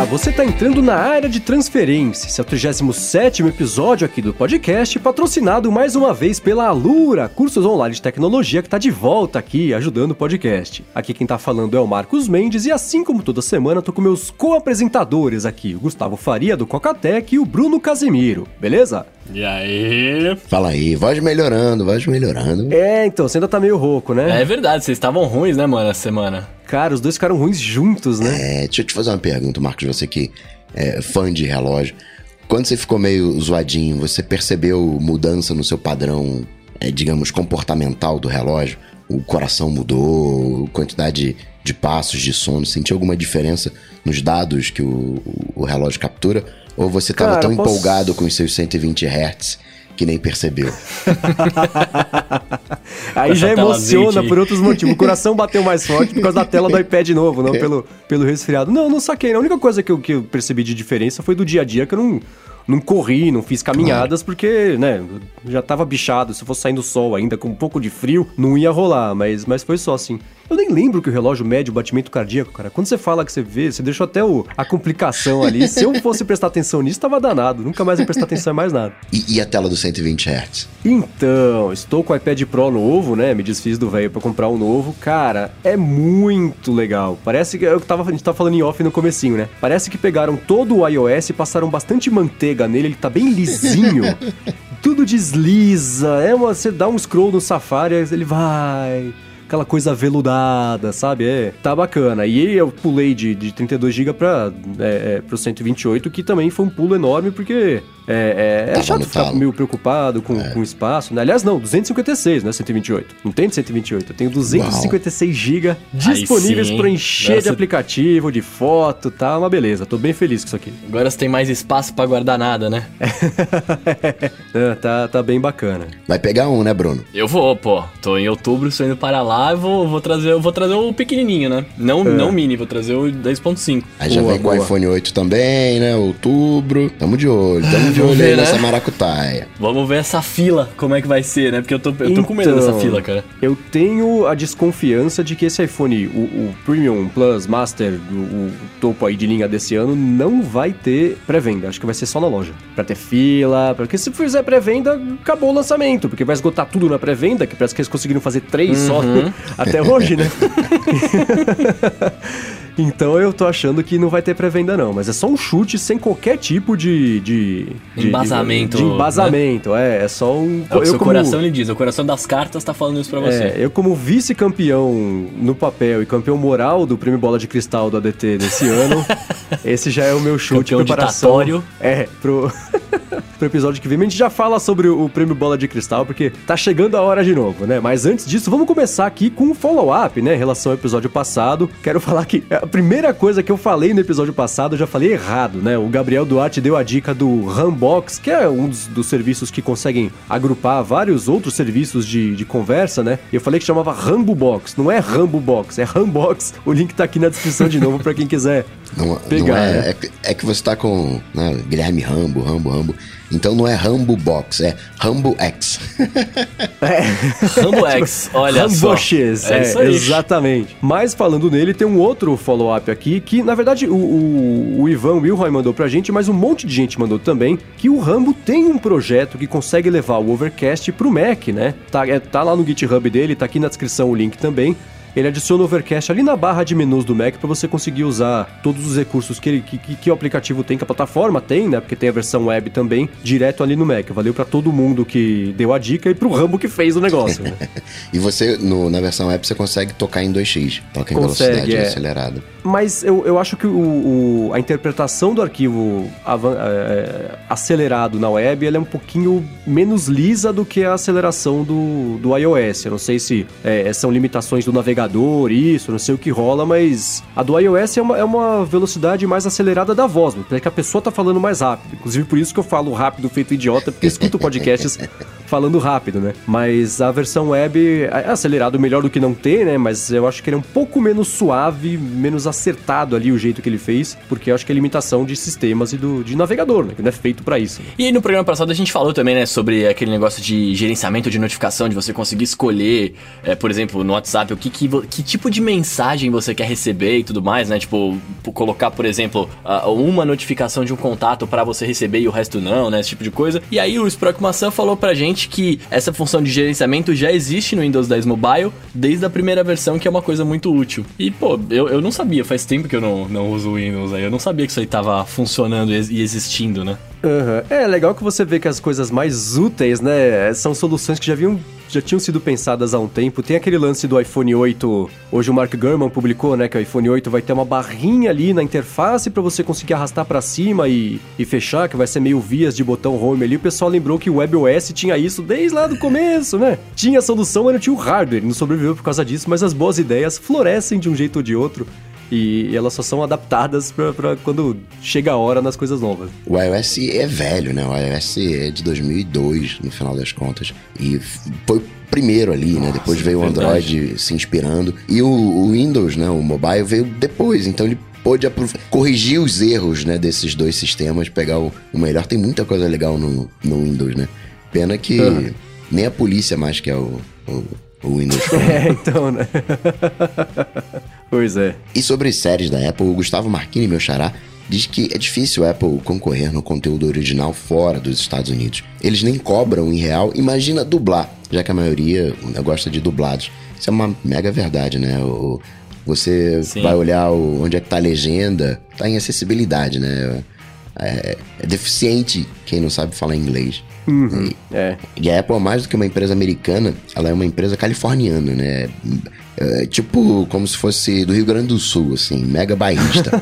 você está entrando na área de transferência. Esse é o 37º episódio aqui do podcast, patrocinado mais uma vez pela Alura, cursos online de tecnologia que está de volta aqui, ajudando o podcast. Aqui quem está falando é o Marcos Mendes e assim como toda semana, tô com meus co-apresentadores aqui, o Gustavo Faria do Cocatec e o Bruno Casemiro, beleza? E aí? Fala aí, voz melhorando. Então, você ainda tá meio rouco, né? É verdade, vocês estavam ruins, né, mano, essa semana? Cara, os dois ficaram ruins juntos, né? Deixa eu te fazer uma pergunta, Marcos, você que é fã de relógio. Quando você ficou meio zoadinho, você percebeu mudança no seu padrão, digamos, comportamental do relógio? O coração mudou, quantidade de passos, de sono, sentiu alguma diferença nos dados que o relógio captura? Ou você estava tão empolgado com os seus 120 Hz que nem percebeu? Aí já emociona por outros motivos. O coração bateu mais forte por causa da tela do iPad novo, não pelo resfriado. Não saquei. A única coisa que eu percebi de diferença foi do dia a dia, que eu não corri, não fiz caminhadas, porque, né, já tava bichado. Se eu fosse sair no sol ainda, com um pouco de frio, não ia rolar, mas foi só assim. Eu nem lembro que o relógio mede o batimento cardíaco, cara. Quando você fala que você vê, você deixou até a complicação ali. Se eu fosse prestar atenção nisso, tava danado. Nunca mais ia prestar atenção em mais nada. E a tela dos 120 Hz? Então, estou com o iPad Pro novo, né? Me desfiz do velho pra comprar um novo. Cara, é muito legal. Parece que a gente tava falando em off no comecinho, né? Parece que pegaram todo o iOS e passaram bastante manteiga nele. Ele tá bem lisinho. Tudo desliza. Você dá um scroll no Safari, ele vai... Aquela coisa aveludada, sabe? Tá bacana. E eu pulei de 32GB pro 128, que também foi um pulo enorme, porque é chato ficar meio preocupado com espaço, né? Aliás, não, 256, não é 128. Não tem de 128, eu tenho 256GB disponíveis para encher de aplicativo, de foto, tá? Uma beleza, tô bem feliz com isso aqui. Agora você tem mais espaço pra guardar nada, né? Tá bem bacana. Vai pegar um, né, Bruno? Eu vou, pô. Tô em outubro, estou indo para lá, eu vou trazer o pequenininho, né? Não o mini, vou trazer o 10.5. Aí já vem com o iPhone 8 também, né? Outubro. Tamo de olho aí nessa maracutaia. Vamos ver essa fila, como é que vai ser, né? Porque eu tô com medo dessa fila, cara. Eu tenho a desconfiança de que esse iPhone, o Premium Plus Master, o topo aí de linha desse ano, não vai ter pré-venda. Acho que vai ser só na loja. Pra ter fila, porque se fizer pré-venda, acabou o lançamento, porque vai esgotar tudo na pré-venda, que parece que eles conseguiram fazer 3 só até hoje, né? Então eu tô achando que não vai ter pré-venda não, mas é só um chute sem qualquer tipo de embasamento. De embasamento, né? É só um... É o que seu coração lhe diz, o coração das cartas tá falando isso pra você. Eu como vice-campeão no papel e campeão moral do Prêmio Bola de Cristal do ADT desse ano, esse já é o meu chute. Campeão ditatório. Pro episódio que vem. A gente já fala sobre o Prêmio Bola de Cristal, porque tá chegando a hora de novo, né? Mas antes disso, vamos começar aqui com um follow-up, né? Em relação ao episódio passado. Quero falar que a primeira coisa que eu falei no episódio passado, eu já falei errado, né? O Gabriel Duarte deu a dica do Rambox, que é um dos serviços que conseguem agrupar vários outros serviços de conversa, né? E eu falei que chamava Rambobox. Não é Rambobox, é Rambox. O link tá aqui na descrição de novo pra quem quiser pegar. Não né? É que você tá com Guilherme Rambo. Então não é Rambo Box, é Rambo X. Rambo X, olha Rambo só. X, isso aí. Exatamente. Mas falando nele, tem um outro follow-up aqui, que na verdade o Ivan Wilroy mandou pra gente, mas um monte de gente mandou também, que o Rambo tem um projeto que consegue levar o Overcast pro Mac, né? Tá lá no GitHub dele, tá aqui na descrição o link também. Ele adiciona o Overcast ali na barra de menus do Mac para você conseguir usar todos os recursos que o aplicativo tem, que a plataforma tem, né? Porque tem a versão web também, direto ali no Mac. Valeu para todo mundo que deu a dica e pro Rambo que fez o negócio. Né? E você, na versão web, você consegue tocar em 2x. Toca em velocidade acelerada. Mas eu acho que a interpretação do arquivo acelerado na web, ela é um pouquinho menos lisa do que a aceleração do iOS. Eu não sei se são limitações do navegador, não sei o que rola, mas a do iOS é uma velocidade mais acelerada da voz, porque a pessoa tá falando mais rápido. Inclusive por isso que eu falo rápido feito idiota, porque eu escuto podcasts falando rápido, né? Mas a versão web é acelerado melhor do que não ter, né? Mas eu acho que ele é um pouco menos suave, menos acertado ali o jeito que ele fez, porque eu acho que é limitação de sistemas e de navegador, né? Que não é feito pra isso. Né? E aí no programa passado a gente falou também, né, sobre aquele negócio de gerenciamento de notificação, de você conseguir escolher, por exemplo, no WhatsApp, que tipo de mensagem você quer receber e tudo mais, né? Tipo, colocar, por exemplo, uma notificação de um contato pra você receber e o resto não, né? Esse tipo de coisa. E aí o Sprock Maçã falou pra gente que essa função de gerenciamento já existe no Windows 10 Mobile desde a primeira versão, que é uma coisa muito útil. E, pô, eu não sabia, faz tempo que eu não uso o Windows aí, eu não sabia que isso aí tava funcionando e existindo, né? Uhum. É legal que você vê que as coisas mais úteis, né, são soluções que já tinham sido pensadas há um tempo. Tem aquele lance do iPhone 8, hoje o Mark Gurman publicou, né, que o iPhone 8 vai ter uma barrinha ali na interface pra você conseguir arrastar pra cima e fechar, que vai ser meio vias de botão home ali. O pessoal lembrou que o WebOS tinha isso desde lá do começo, né? Tinha a solução, mas não tinha o hardware, não sobreviveu por causa disso, mas as boas ideias florescem de um jeito ou de outro. E elas só são adaptadas pra quando chega a hora nas coisas novas. O iOS é velho, né? O iOS é de 2002, no final das contas. E foi o primeiro ali, né? Depois veio o Android se inspirando. E o Windows, né? O mobile veio depois. Então ele pôde corrigir os erros, né? Desses dois sistemas, pegar o melhor. Tem muita coisa legal no Windows, né? Pena que nem a polícia mais quer o Windows Phone. Então, né? Pois é. E sobre séries da Apple, o Gustavo Marchini, meu xará, diz que é difícil a Apple concorrer no conteúdo original fora dos Estados Unidos. Eles nem cobram em real, imagina dublar, já que a maioria gosta de dublados. Isso é uma mega verdade, né? Você vai olhar onde é que tá a legenda, tá em acessibilidade, né? É deficiente quem não sabe falar inglês. Uhum, E a Apple, mais do que uma empresa americana, ela é uma empresa californiana, né? Tipo como se fosse do Rio Grande do Sul, assim, mega bairrista.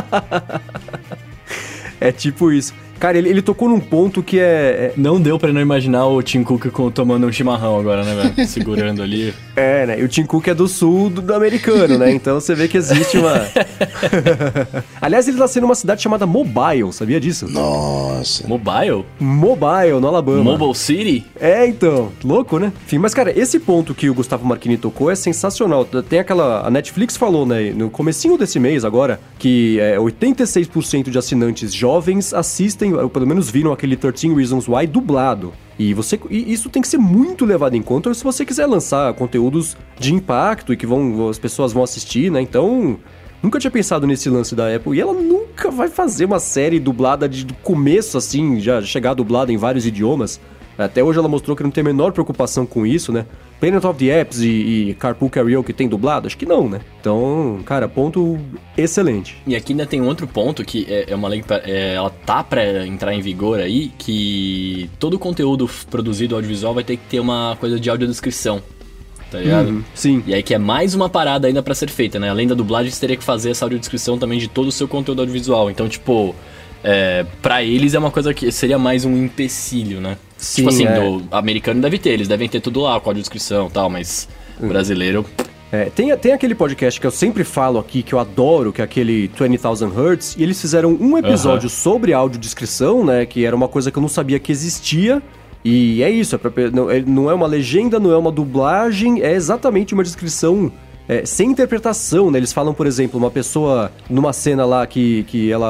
É tipo isso. Cara, ele tocou num ponto que Não deu pra não imaginar o Tim Cook tomando um chimarrão agora, né, velho? Segurando ali. Né? E o Tim Cook é do sul do americano, né? Então você vê que existe uma... Aliás, ele tá sendo uma cidade chamada Mobile, sabia disso? Nossa. Mobile, no Alabama. Mobile City? Então, louco, né? Enfim, mas cara, esse ponto que o Gustavo Marchini tocou é sensacional. Tem a Netflix falou, né, no comecinho desse mês agora, que 86% de assinantes jovens assistem, ou pelo menos viram aquele 13 Reasons Why dublado. E isso tem que ser muito levado em conta se você quiser lançar conteúdos de impacto e que as pessoas vão assistir, né? Então, nunca tinha pensado nesse lance da Apple. E ela nunca vai fazer uma série dublada do começo, assim, já chegar dublada em vários idiomas. Até hoje ela mostrou que não tem a menor preocupação com isso, né? Planet of the Apps e Carpool Karaoke tem dublado? Acho que não, né? Então, cara, ponto excelente. E aqui ainda tem outro ponto que é uma lei, ela tá pra entrar em vigor aí, que todo conteúdo produzido audiovisual vai ter que ter uma coisa de audiodescrição. Tá ligado? Sim. E aí que é mais uma parada ainda pra ser feita, né? Além da dublagem, você teria que fazer essa audiodescrição também de todo o seu conteúdo audiovisual. Então, tipo, pra eles é uma coisa que seria mais um empecilho, né? Sim, tipo assim, do americano deve ter, eles devem ter tudo lá, com audiodescrição e tal, mas o brasileiro... Tem aquele podcast que eu sempre falo aqui, que eu adoro, que é aquele 20,000 Hertz, e eles fizeram um episódio sobre audiodescrição, né? Que era uma coisa que eu não sabia que existia. E é isso, não é uma legenda, não é uma dublagem, é exatamente uma descrição sem interpretação, né? Eles falam, por exemplo, uma pessoa numa cena lá que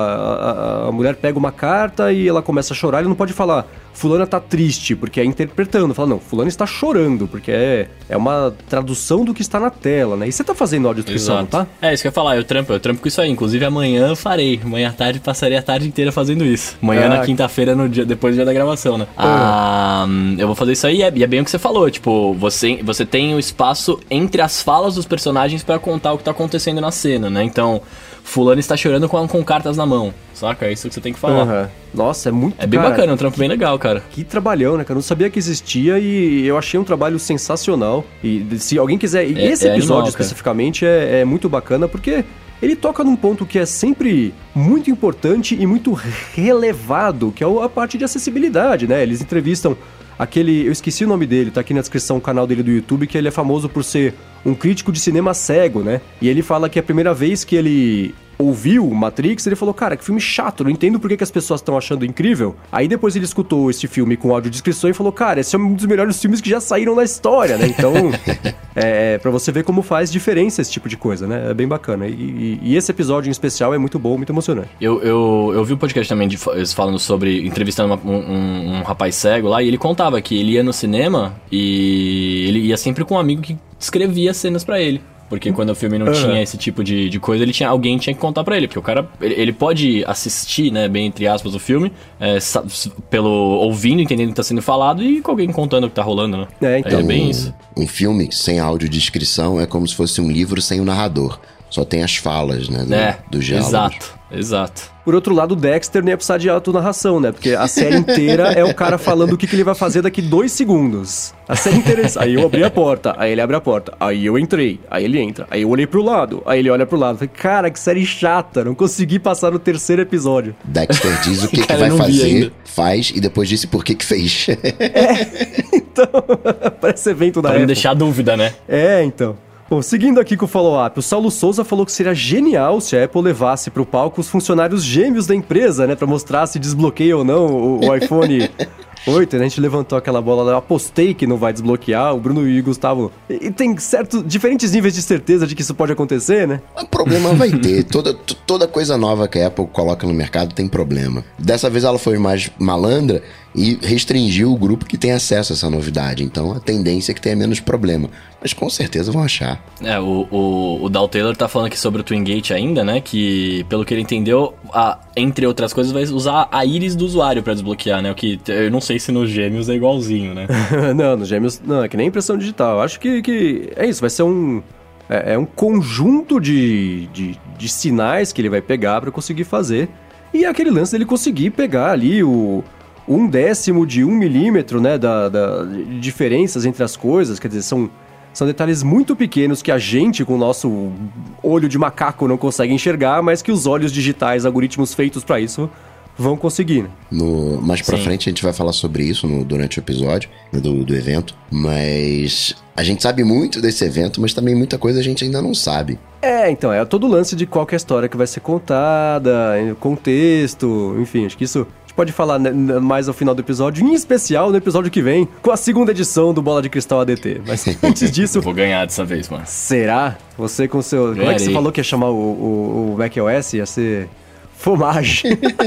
a mulher pega uma carta e ela começa a chorar, ele não pode falar fulana tá triste, porque é interpretando. Fala, não, fulana está chorando, porque é uma tradução do que está na tela, né? E você tá fazendo audiodescrição, não tá? Isso que eu ia falar, eu trampo com isso aí. Inclusive amanhã eu farei. Amanhã à tarde passarei a tarde inteira fazendo isso. Amanhã na quinta-feira, depois do dia da gravação, né? Eu vou fazer isso aí e é bem o que você falou. Tipo, você tem o espaço entre as falas dos personagens pra contar o que tá acontecendo na cena, né? Então, fulano está chorando com cartas na mão, saca? É isso que você tem que falar. Nossa, é muito... É bem bacana, é um trampo bem legal, cara. Que trabalhão, né, cara? Eu não sabia que existia e eu achei um trabalho sensacional. E se alguém quiser... esse episódio animal, especificamente é muito bacana, porque ele toca num ponto que é sempre muito importante e muito relevado, que é a parte de acessibilidade, né? Eles entrevistam eu esqueci o nome dele, tá aqui na descrição o canal dele do YouTube, que ele é famoso por ser um crítico de cinema cego, né? E ele fala que a primeira vez que ele ouviu Matrix, ele falou, cara, que filme chato, não entendo por que as pessoas estão achando incrível. Aí depois ele escutou esse filme com audiodescrição e falou, cara, esse é um dos melhores filmes que já saíram na história, né? Então, pra você ver como faz diferença esse tipo de coisa, né? É bem bacana. E esse episódio em especial é muito bom, muito emocionante. Eu vi um podcast também falando sobre, entrevistando um rapaz cego lá, e ele contava que ele ia no cinema e ele ia sempre com um amigo que escrevia cenas pra ele. Porque quando o filme não tinha esse tipo de coisa, alguém tinha que contar pra ele. Porque o cara, ele pode assistir, né, bem entre aspas, o filme, ouvindo, entendendo o que tá sendo falado e com alguém contando o que tá rolando, né? Então, é bem isso. Um filme sem audiodescrição é como se fosse um livro sem o narrador. Só tem as falas, né, do diálogo. Exato. Por outro lado, o Dexter não ia precisar de autonarração, né? Porque a série inteira é o cara falando o que ele vai fazer daqui 2 segundos. A série inteira é isso. Aí eu abri a porta, aí ele abre a porta, aí eu entrei, aí ele entra, aí eu olhei pro lado, aí ele olha pro lado. Falei, cara, que série chata, não consegui passar no 3º episódio. Dexter diz o que vai fazer, faz e depois disse por que fez. Então, parece evento da Pra Apple. não deixar dúvida, né? Então. Bom, seguindo aqui com o follow-up, o Saulo Souza falou que seria genial se a Apple levasse pro palco os funcionários gêmeos da empresa, né? Pra mostrar se desbloqueia ou não o iPhone 8, né? A gente levantou aquela bola lá, eu apostei que não vai desbloquear, o Bruno e o Gustavo. E tem diferentes níveis de certeza de que isso pode acontecer, né? O problema vai ter. Toda coisa nova que a Apple coloca no mercado tem problema. Dessa vez ela foi mais malandra e restringiu o grupo que tem acesso a essa novidade. Então a tendência é que tenha menos problema. Mas com certeza vão achar. O Dal Taylor tá falando aqui sobre o Twingate ainda, né? Que, pelo que ele entendeu, entre outras coisas, vai usar a íris do usuário pra desbloquear, né? O que eu não sei se nos Gêmeos é igualzinho, né? Não, nos Gêmeos não, é que nem impressão digital. Eu acho que é isso, vai ser um conjunto de sinais que ele vai pegar pra conseguir fazer. E é aquele lance dele conseguir pegar ali o 1/10 de 1 milímetro, né, da diferenças entre as coisas, quer dizer, são detalhes muito pequenos que a gente, com o nosso olho de macaco, não consegue enxergar, mas que os olhos digitais, algoritmos feitos pra isso, vão conseguir, né? Mais pra frente a gente vai falar sobre isso durante o episódio do evento, mas a gente sabe muito desse evento, mas também muita coisa a gente ainda não sabe. Então, é todo o lance de qual que é a história que vai ser contada, contexto, enfim, acho que isso a gente pode falar mais ao final do episódio, em especial no episódio que vem, com a 2ª edição do Bola de Cristal ADT. Mas antes disso... Eu vou ganhar dessa vez, mano. Será? Você com seu... Ganharei. Como é que você falou que ia chamar o macOS? Ia ser... Fromage.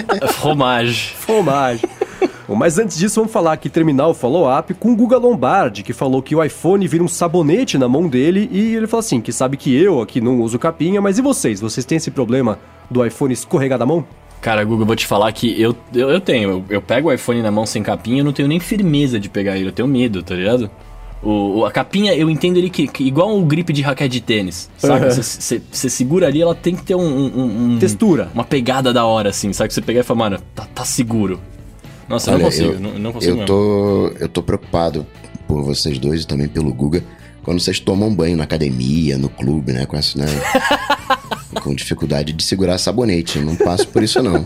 Fromage. Bom, mas antes disso, vamos falar aqui, terminar o follow-up com o Guga Lombardi, que falou que o iPhone vira um sabonete na mão dele e ele falou assim, que sabe que eu aqui não uso capinha, mas e vocês? Vocês têm esse problema do iPhone escorregar da mão? Cara, Guga, eu vou te falar que eu tenho. Eu pego o iPhone na mão sem capinha, eu não tenho nem firmeza de pegar ele, eu tenho medo, tá ligado? A capinha, eu entendo ele que igual um grip de raquete de tênis, sabe? Você segura ali, ela tem que ter textura. Uma pegada da hora, assim, sabe? Que você pegar e falar, mano, tá seguro. Nossa, olha, eu não consigo mesmo. Eu tô preocupado por vocês dois e também pelo Guga, quando vocês tomam banho na academia, no clube, né? Com dificuldade de segurar sabonete. Eu não passo por isso, não.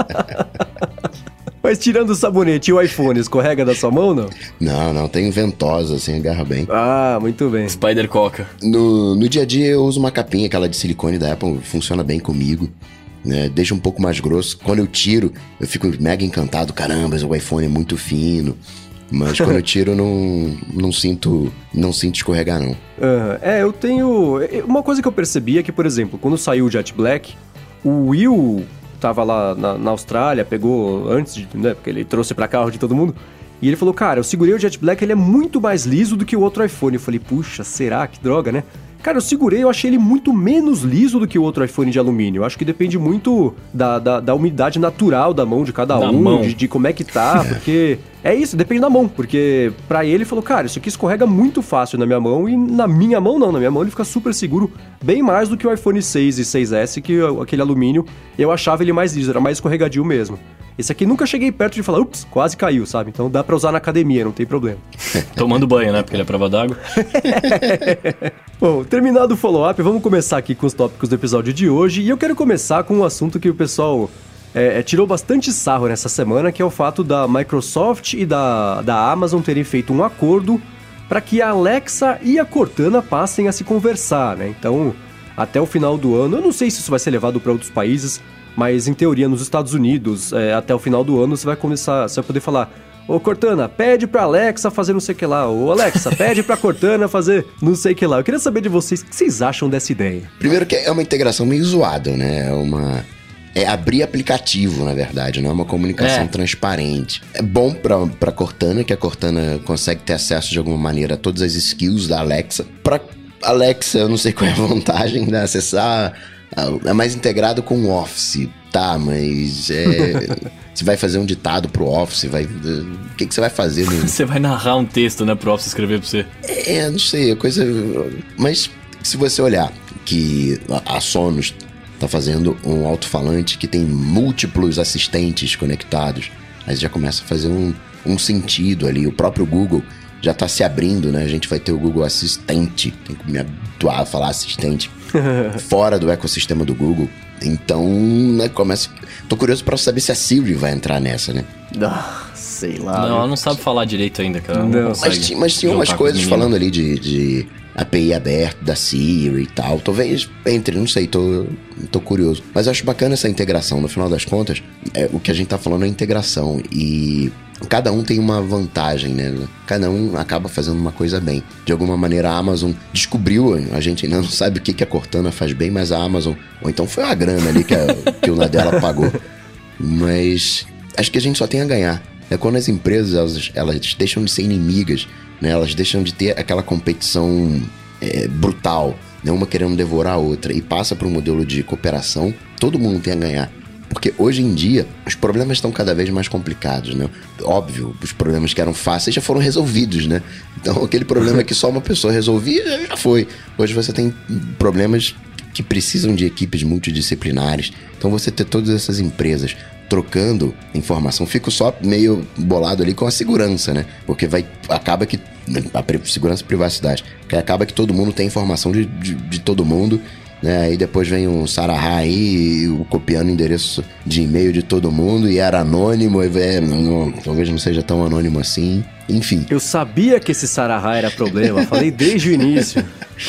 Mas tirando o sabonete e o iPhone, escorrega da sua mão, não? Não, tem ventosa, assim, agarra bem. Ah, muito bem. Spider Coca. No dia a dia eu uso uma capinha, aquela de silicone da Apple, funciona bem comigo, né? Deixa um pouco mais grosso. Quando eu tiro, eu fico mega encantado, caramba, o iPhone é muito fino. Mas quando eu tiro, não sinto escorregar, não. Eu tenho... Uma coisa que eu percebi é que, por exemplo, quando saiu o Jet Black, o Will... tava lá na Austrália, pegou antes, né, porque ele trouxe pra carro de todo mundo, e ele falou, cara, eu segurei o Jet Black, ele é muito mais liso do que o outro iPhone. Eu falei, puxa, será? Que droga, né? Cara, eu segurei, eu achei ele muito menos liso do que o outro iPhone de alumínio. Eu acho que depende muito da umidade natural da mão de cada de como é que tá, porque... É isso, depende da mão, porque pra ele falou, cara, isso aqui escorrega muito fácil na minha mão, e na minha mão não, na minha mão ele fica super seguro, bem mais do que o iPhone 6 e 6S, que aquele alumínio, eu achava ele mais liso, era mais escorregadio mesmo. Esse aqui nunca cheguei perto de falar, ups, quase caiu, sabe? Então dá pra usar na academia, não tem problema. Tomando banho, né? Porque ele é prova d'água. Bom, terminado o follow-up, vamos começar aqui com os tópicos do episódio de hoje, e eu quero começar com um assunto que o pessoal... tirou bastante sarro nessa semana, que é o fato da Microsoft e da Amazon terem feito um acordo para que a Alexa e a Cortana passem a se conversar, né? Então, até o final do ano, eu não sei se isso vai ser levado para outros países, mas em teoria nos Estados Unidos, até o final do ano você vai poder falar: ô Cortana, pede pra Alexa fazer não sei o que lá. Ô Alexa, pede pra Cortana fazer não sei o que lá. Eu queria saber de vocês, o que vocês acham dessa ideia? Primeiro que é uma integração meio zoada, né? É abrir aplicativo, na verdade, não é uma comunicação transparente. É bom pra Cortana, que a Cortana consegue ter acesso de alguma maneira a todas as skills da Alexa. Pra Alexa, eu não sei qual é a vantagem de acessar. É mais integrado com o Office, tá? Mas você vai fazer um ditado pro Office, o que você vai fazer? Você vai narrar um texto, né, pro Office escrever pra você. Não sei, coisa... Mas se você olhar que a Sonos tá fazendo um alto-falante que tem múltiplos assistentes conectados, aí já começa a fazer um sentido ali. O próprio Google já tá se abrindo, né? A gente vai ter o Google Assistente, tem que me habituar a falar assistente, fora do ecossistema do Google. Então, né, tô curioso pra saber se a Siri vai entrar nessa, né? Sei lá. Não, ela não sabe falar direito ainda, cara. Não. Mas tinha umas coisas falando ali de API aberto da Siri e tal. Talvez entre, não sei, tô curioso. Mas eu acho bacana essa integração. No final das contas, o que a gente tá falando é integração. E cada um tem uma vantagem, né? Cada um acaba fazendo uma coisa bem. De alguma maneira a Amazon descobriu, a gente ainda não sabe o que a Cortana faz bem, mas a Amazon, ou então foi a grana ali que o Nadella pagou. Mas acho que a gente só tem a ganhar. É quando as empresas elas deixam de ser inimigas, né? Elas deixam de ter aquela competição brutal, né? Uma querendo devorar a outra, e passa para um modelo de cooperação. Todo mundo tem a ganhar. Porque hoje em dia, os problemas estão cada vez mais complicados, né? Óbvio, os problemas que eram fáceis já foram resolvidos, né? Então, aquele problema que só uma pessoa resolvia, já foi. Hoje você tem problemas que precisam de equipes multidisciplinares. Então, você ter todas essas empresas trocando informação, fico só meio bolado ali com a segurança, né? Porque acaba que a segurança e privacidade, porque acaba que todo mundo tem informação de todo mundo, né? Aí depois vem um Sarahá aí copiando o endereço de e-mail de todo mundo e era anônimo, e talvez não seja tão anônimo assim, enfim. Eu sabia que esse Sarahá era problema, falei desde o início.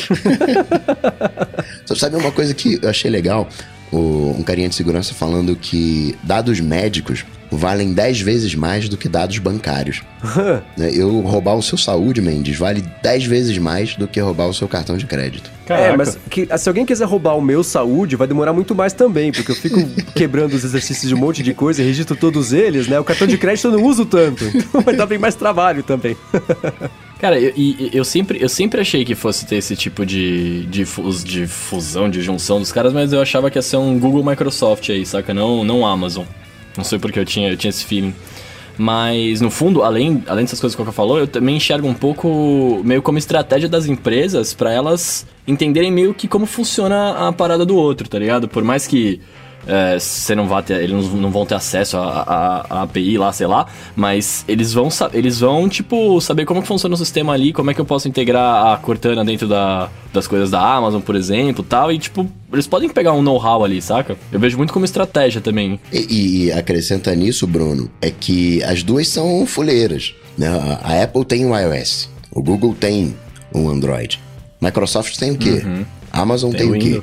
Só sabe uma coisa que eu achei legal? Um carinha de segurança falando que dados médicos valem 10 vezes mais do que dados bancários. Eu roubar o seu saúde, Mendes, vale 10 vezes mais do que roubar o seu cartão de crédito. Caraca. Mas se alguém quiser roubar o meu saúde, vai demorar muito mais também, porque eu fico quebrando os exercícios de um monte de coisa e registro todos eles, né? O cartão de crédito eu não uso tanto, então vai dar bem mais trabalho também. Cara, eu sempre achei que fosse ter esse tipo de fusão, de junção dos caras, mas eu achava que ia ser um Google Microsoft aí, saca? Não Amazon. Não sei porque eu tinha esse feeling. Mas, no fundo, além dessas coisas que o Coca falou, eu também enxergo um pouco meio como estratégia das empresas pra elas entenderem meio que como funciona a parada do outro, tá ligado? Por mais que você não vá ter, eles não vão ter acesso a API lá, sei lá, mas eles vão tipo, saber como que funciona o sistema ali, como é que eu posso integrar a Cortana dentro das coisas da Amazon, por exemplo, tal, e tipo, eles podem pegar um know-how ali, saca? Eu vejo muito como estratégia também. E acrescenta nisso, Bruno, é que as duas são fuleiras, né? A Apple tem o iOS, o Google tem o Android, Microsoft tem o quê? A Amazon tem o quê?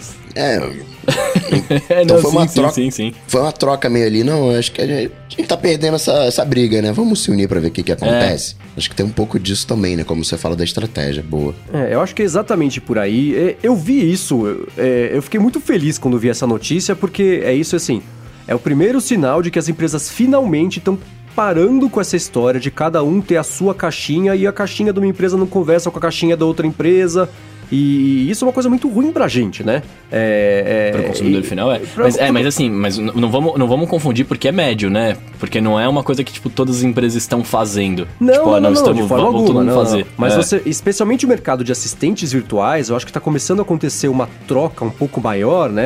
Então foi uma troca. Sim. Foi uma troca meio ali. Não, acho que a gente tá perdendo essa briga, né? Vamos se unir pra ver o que acontece. Acho que tem um pouco disso também, né? Como você fala da estratégia, boa. Eu acho que é exatamente por aí. Eu vi isso, eu fiquei muito feliz quando vi essa notícia, porque é isso assim, é o primeiro sinal de que as empresas finalmente estão parando com essa história de cada um ter a sua caixinha e a caixinha de uma empresa não conversa com a caixinha da outra empresa. E isso é uma coisa muito ruim pra gente, né? Para o consumidor final, mas não vamos confundir porque é médio, né? Porque não é uma coisa que, tipo, todas as empresas estão fazendo. Não, de forma alguma, não fazer. Mas você, especialmente o mercado de assistentes virtuais, eu acho que tá começando a acontecer uma troca um pouco maior, né?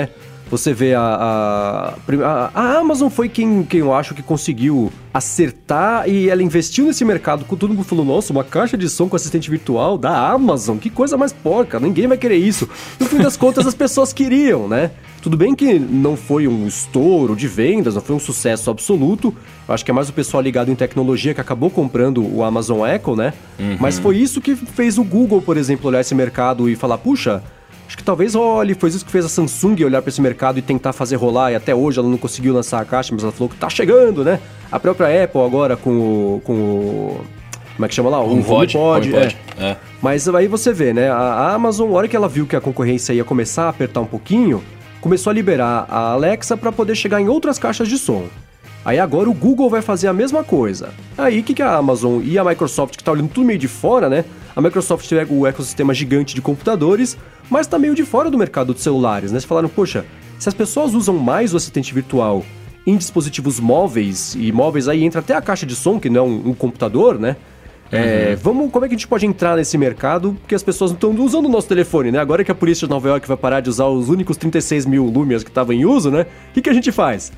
Você vê a Amazon foi quem eu acho que conseguiu acertar e ela investiu nesse mercado. Com todo mundo falou, nossa, uma caixa de som com assistente virtual da Amazon, que coisa mais porca, ninguém vai querer isso. No fim das contas, as pessoas queriam, né? Tudo bem que não foi um estouro de vendas, não foi um sucesso absoluto. Eu acho que é mais o pessoal ligado em tecnologia que acabou comprando o Amazon Echo, né? Uhum. Mas foi isso que fez o Google, por exemplo, olhar esse mercado e falar, puxa, acho que talvez olhe, foi isso que fez a Samsung olhar para esse mercado e tentar fazer rolar, e até hoje ela não conseguiu lançar a caixa, mas ela falou que tá chegando, né? A própria Apple agora com o como é que chama lá? O HomePod. É. Mas aí você vê, né? A Amazon, na hora que ela viu que a concorrência ia começar a apertar um pouquinho, começou a liberar a Alexa para poder chegar em outras caixas de som. Aí agora o Google vai fazer a mesma coisa. Aí o que a Amazon e a Microsoft, que tá olhando tudo meio de fora, né? A Microsoft pega o ecossistema gigante de computadores, mas tá meio de fora do mercado de celulares, né? Vocês falaram, poxa, se as pessoas usam mais o assistente virtual em dispositivos móveis, e móveis aí entra até a caixa de som, que não é um computador, né? Como é que a gente pode entrar nesse mercado? Porque as pessoas não estão usando o nosso telefone, né? Agora que a polícia de Nova York vai parar de usar os únicos 36 mil Lumias que estavam em uso, né? O que a gente faz?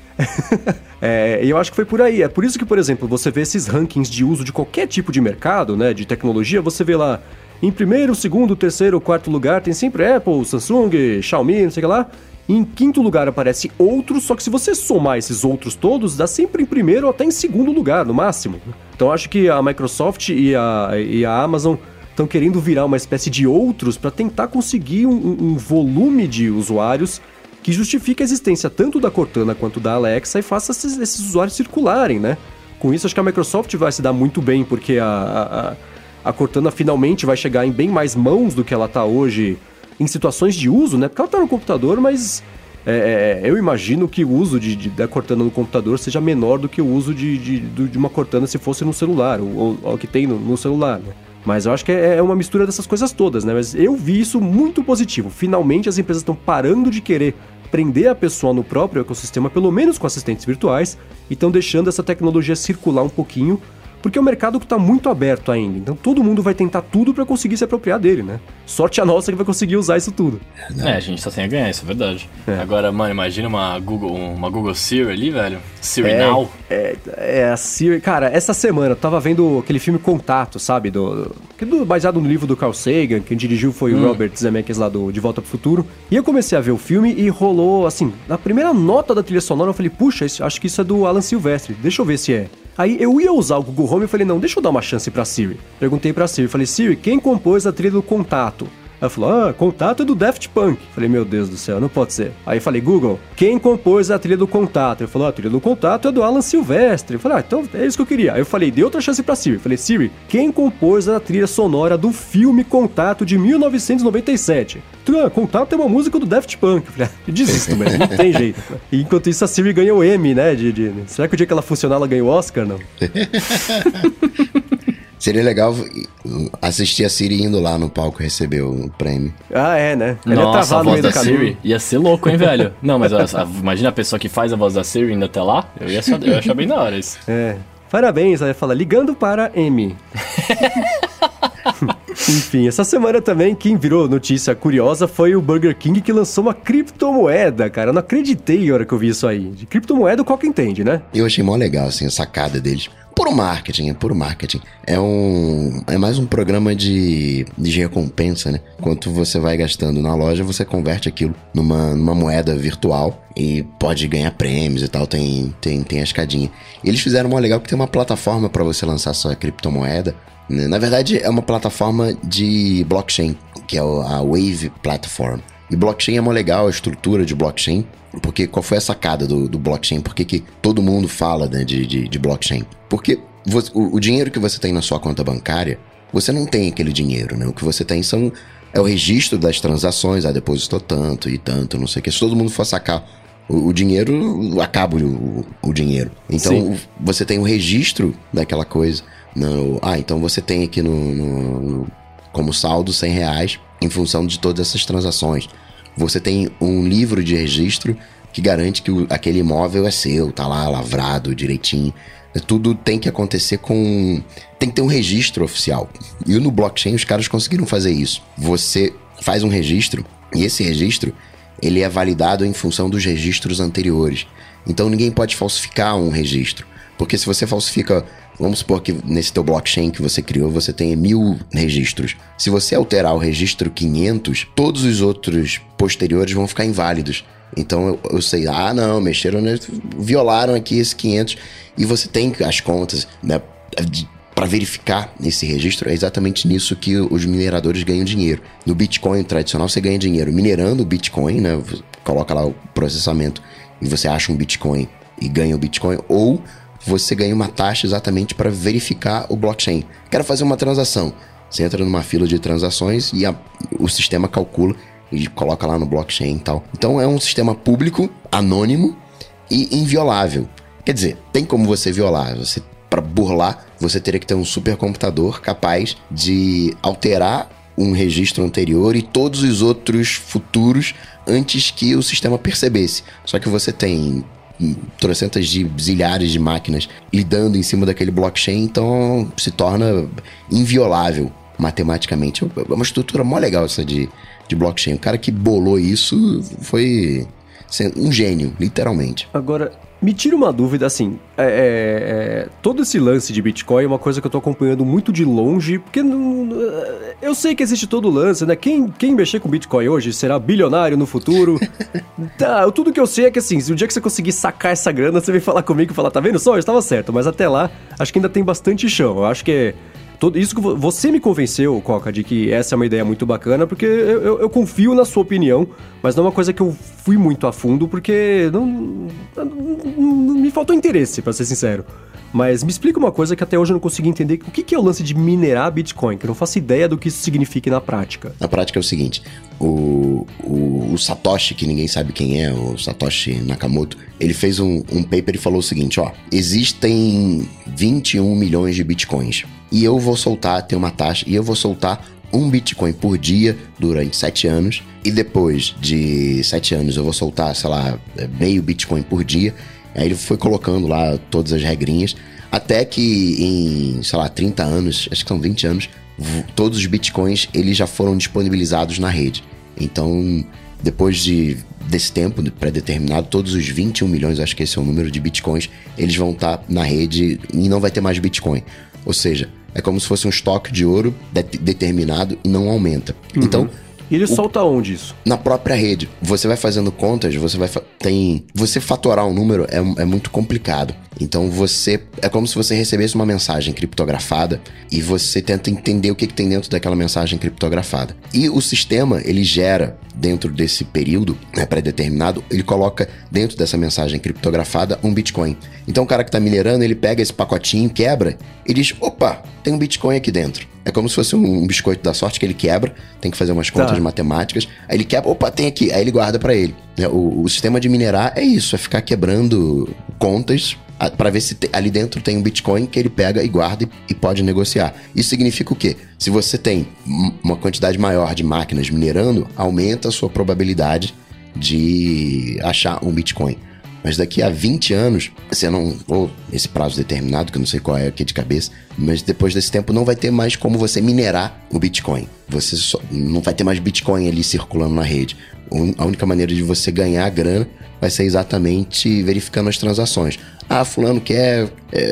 E eu acho que foi por aí. É por isso que, por exemplo, você vê esses rankings de uso de qualquer tipo de mercado, né? De tecnologia, você vê lá em primeiro, segundo, terceiro, quarto lugar tem sempre Apple, Samsung, Xiaomi, não sei o que lá. Em quinto lugar aparece outros, só que se você somar esses outros todos, dá sempre em primeiro ou até em segundo lugar, no máximo. Então acho que a Microsoft e a Amazon estão querendo virar uma espécie de outros para tentar conseguir um volume de usuários que justifique a existência tanto da Cortana quanto da Alexa e faça esses usuários circularem, né? Com isso acho que a Microsoft vai se dar muito bem, porque a Cortana finalmente vai chegar em bem mais mãos do que ela está hoje em situações de uso, né? Porque ela tá no computador, mas eu imagino que o uso da Cortana no computador seja menor do que o uso de uma Cortana se fosse no celular, ou que tem no celular, né? Mas eu acho que é uma mistura dessas coisas todas, né? Mas eu vi isso muito positivo. Finalmente as empresas estão parando de querer prender a pessoa no próprio ecossistema, pelo menos com assistentes virtuais, e estão deixando essa tecnologia circular um pouquinho, porque é um mercado que está muito aberto ainda. Então todo mundo vai tentar tudo para conseguir se apropriar dele, né? Sorte a nossa que vai conseguir usar isso tudo. A gente só tem a ganhar, isso é verdade. Agora, mano, imagina uma Google Siri ali, velho. Siri Now. A Siri... Cara, essa semana eu tava vendo aquele filme Contato, sabe? Baseado no livro do Carl Sagan, quem dirigiu foi o Robert Zemeckis lá De Volta pro Futuro. E eu comecei a ver o filme e rolou, assim, na primeira nota da trilha sonora eu falei, puxa, acho que isso é do Alan Silvestre, deixa eu ver se é. Aí eu ia usar o Google Home e falei, não, deixa eu dar uma chance pra Siri. Perguntei pra Siri, falei, Siri, quem compôs a trilha do Contato? Ela falou, Contato é do Daft Punk. Falei, meu Deus do céu, não pode ser. Aí falei, Google, quem compôs a trilha do Contato? Ele falou, a trilha do Contato é do Alan Silvestre. Eu falei, então é isso que eu queria. Aí eu falei, dei outra chance pra Siri. Falei, Siri, quem compôs a trilha sonora do filme Contato de 1997? Contato é uma música do Daft Punk. Eu falei, desisto mesmo, não tem jeito. E enquanto isso a Siri ganhou o Emmy, né? Será que o dia que ela funcionar ela ganha o Oscar, não? Seria legal assistir a Siri indo lá no palco receber o prêmio. Né? Nossa, a voz da Siri ia ser louco, hein, velho? Não, mas imagina a pessoa que faz a voz da Siri indo até lá. Eu ia achar bem da hora isso. Parabéns, aí fala, ligando para M. Enfim, essa semana também, quem virou notícia curiosa foi o Burger King, que lançou uma criptomoeda, cara. Eu não acreditei na hora que eu vi isso aí. De criptomoeda, qual que entende, né? Eu achei mó legal, assim, a sacada deles. Puro marketing. É mais um programa de recompensa, né? Quanto você vai gastando na loja, você converte aquilo numa moeda virtual e pode ganhar prêmios e tal, tem a escadinha. Eles fizeram mó legal porque tem uma plataforma para você lançar sua criptomoeda. Na verdade, é uma plataforma de blockchain, que é a Wave Platform. E blockchain é mó legal, a estrutura de blockchain. Porque qual foi a sacada do blockchain? Por que todo mundo fala, né, de blockchain? Porque o dinheiro que você tem na sua conta bancária, você não tem aquele dinheiro, né? O que você tem é o registro das transações, depositou tanto e tanto, não sei o que. Se todo mundo for sacar o dinheiro, acaba o dinheiro. Então, sim, você tem o registro daquela coisa. Então você tem aqui como saldo R$100 em função de todas essas transações. Você tem um livro de registro que garante que aquele imóvel é seu, tá lá lavrado direitinho. Tudo tem que acontecer tem que ter um registro oficial. E no blockchain os caras conseguiram fazer isso. Você faz um registro e esse registro ele é validado em função dos registros anteriores. Então ninguém pode falsificar um registro. Porque se você falsifica, vamos supor que nesse teu blockchain que você criou, você tem 1000 registros. Se você alterar o registro 500, todos os outros posteriores vão ficar inválidos. Então eu sei, não, mexeram, né, violaram aqui esse 500, e você tem as contas, né, para verificar esse registro. É exatamente nisso que os mineradores ganham dinheiro. No Bitcoin tradicional, você ganha dinheiro minerando o Bitcoin, né, coloca lá o processamento e você acha um Bitcoin e ganha o Bitcoin, ou você ganha uma taxa exatamente para verificar o blockchain. Quero fazer uma transação. Você entra numa fila de transações e o sistema calcula e coloca lá no blockchain e tal. Então é um sistema público, anônimo e inviolável. Quer dizer, tem como você violar. Para burlar, você teria que ter um supercomputador capaz de alterar um registro anterior e todos os outros futuros antes que o sistema percebesse. Só que você tem trocentas de zilhares de máquinas lidando em cima daquele blockchain, então se torna inviolável matematicamente. É uma estrutura mó legal essa de blockchain. O cara que bolou isso foi um gênio, literalmente. Agora, me tira uma dúvida, assim, todo esse lance de Bitcoin é uma coisa que eu tô acompanhando muito de longe, porque eu sei que existe todo o lance, né? Quem mexer com Bitcoin hoje será bilionário no futuro. Tudo que eu sei é que, assim, se o dia que você conseguir sacar essa grana, você vem falar comigo e falar, tá vendo só? Eu estava certo, mas até lá, acho que ainda tem bastante chão. Eu acho que isso que você me convenceu, Coca, de que essa é uma ideia muito bacana, porque eu confio na sua opinião, mas não é uma coisa que eu fui muito a fundo, porque não me faltou interesse, pra ser sincero. Mas me explica uma coisa que até hoje eu não consegui entender. O que é o lance de minerar Bitcoin? Que eu não faço ideia do que isso significa na prática. Na prática é o seguinte, o Satoshi, que ninguém sabe quem é, o Satoshi Nakamoto, ele fez um paper e falou o seguinte, existem 21 milhões de Bitcoins, e eu vou soltar, tem uma taxa, e eu vou soltar 1 Bitcoin por dia durante 7 anos, e depois de 7 anos eu vou soltar, sei lá, meio Bitcoin por dia. Aí ele foi colocando lá todas as regrinhas, até que em, sei lá, 30 anos, acho que são 20 anos, todos os Bitcoins eles já foram disponibilizados na rede. Então, depois desse tempo pré-determinado, todos os 21 milhões, acho que esse é o número de Bitcoins, eles vão estar na rede e não vai ter mais Bitcoin. Ou seja, é como se fosse um estoque de ouro determinado e não aumenta. Uhum. Então, e ele solta onde isso? Na própria rede. Você vai fazendo contas, você fatorar um número é muito complicado. Então é como se você recebesse uma mensagem criptografada e você tenta entender o que tem dentro daquela mensagem criptografada. E o sistema, ele gera, dentro desse período pré-determinado, ele coloca dentro dessa mensagem criptografada um Bitcoin. Então o cara que está minerando, ele pega esse pacotinho, quebra e diz, opa, tem um Bitcoin aqui dentro. É como se fosse um biscoito da sorte que ele quebra, tem que fazer umas contas matemáticas, aí ele quebra, opa, tem aqui, aí ele guarda pra ele. O sistema de minerar é isso, é ficar quebrando contas para ver se ali dentro tem um Bitcoin que ele pega e guarda e pode negociar. Isso significa o quê? Se você tem uma quantidade maior de máquinas minerando, aumenta a sua probabilidade de achar um Bitcoin. Mas daqui a 20 anos, você não... ou esse prazo determinado, que eu não sei qual é aqui de cabeça, mas depois desse tempo não vai ter mais como você minerar o Bitcoin. Você não vai ter mais Bitcoin ali circulando na rede. A única maneira de você ganhar grana vai ser exatamente verificando as transações. Fulano quer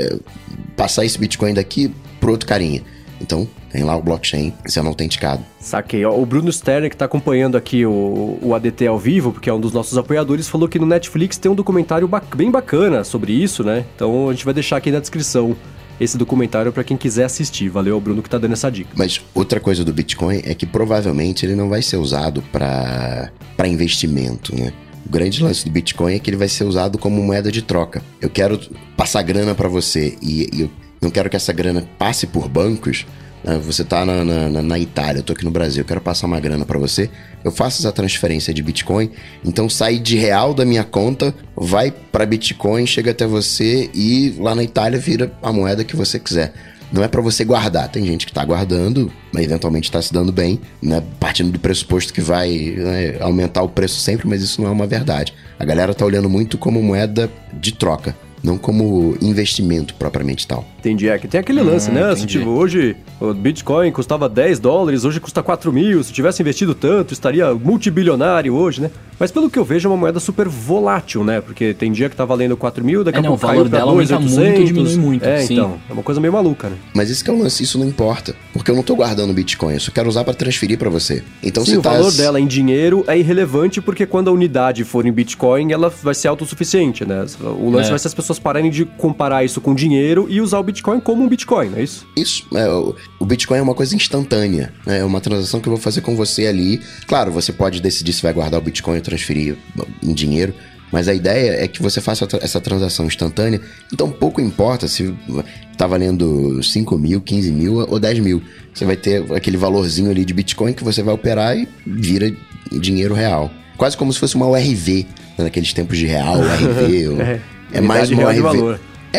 passar esse Bitcoin daqui pro outro carinha. Então, tem lá o blockchain sendo autenticado. Saquei. O Bruno Sterner, que tá acompanhando aqui o ADT ao vivo, porque é um dos nossos apoiadores, falou que no Netflix tem um documentário bem bacana sobre isso, né? Então a gente vai deixar aqui na descrição esse documentário para quem quiser assistir. Valeu ao Bruno que tá dando essa dica. Mas outra coisa do Bitcoin é que provavelmente ele não vai ser usado para investimento, né? O grande lance do Bitcoin é que ele vai ser usado como moeda de troca. Eu quero passar grana para você e eu não quero que essa grana passe por bancos. Você tá na Itália, eu tô aqui no Brasil, eu quero passar uma grana pra você, eu faço essa transferência de Bitcoin, então sai de real da minha conta, vai pra Bitcoin, chega até você e lá na Itália vira a moeda que você quiser. Não é pra você guardar, tem gente que tá guardando, mas eventualmente tá se dando bem, né? Partindo do pressuposto que vai aumentar o preço sempre, mas isso não é uma verdade. A galera tá olhando muito como moeda de troca. não como investimento propriamente tal. Entendi, que tem aquele lance, né? Se, tipo, hoje o Bitcoin custava $10, hoje custa 4 mil, se tivesse investido tanto, estaria multibilionário hoje, né? Mas pelo que eu vejo é uma moeda super volátil, né? Porque tem dia que tá valendo 4 mil, daqui a pouco caiu pra 2.800. Muito e diminui muito. Sim. Então, é uma coisa meio maluca, né? Mas isso que é o lance, isso não importa, porque eu não tô guardando Bitcoin, eu só quero usar pra transferir pra você. Então, sim, o valor dela em dinheiro é irrelevante porque quando a unidade for em Bitcoin, ela vai ser autossuficiente, né? O lance vai ser as pessoas pararem de comparar isso com dinheiro e usar o Bitcoin como um Bitcoin, não é isso? Isso, o Bitcoin é uma coisa instantânea, né? É uma transação que eu vou fazer com você ali. Claro, você pode decidir se vai guardar o Bitcoin ou transferir em dinheiro, mas a ideia é que você faça essa transação instantânea, então pouco importa se tá valendo 5 mil, 15 mil ou 10 mil. Você vai ter aquele valorzinho ali de Bitcoin que você vai operar e vira dinheiro real. Quase como se fosse uma URV, né? Naqueles tempos de real, URV. É mais uma URV. Valor.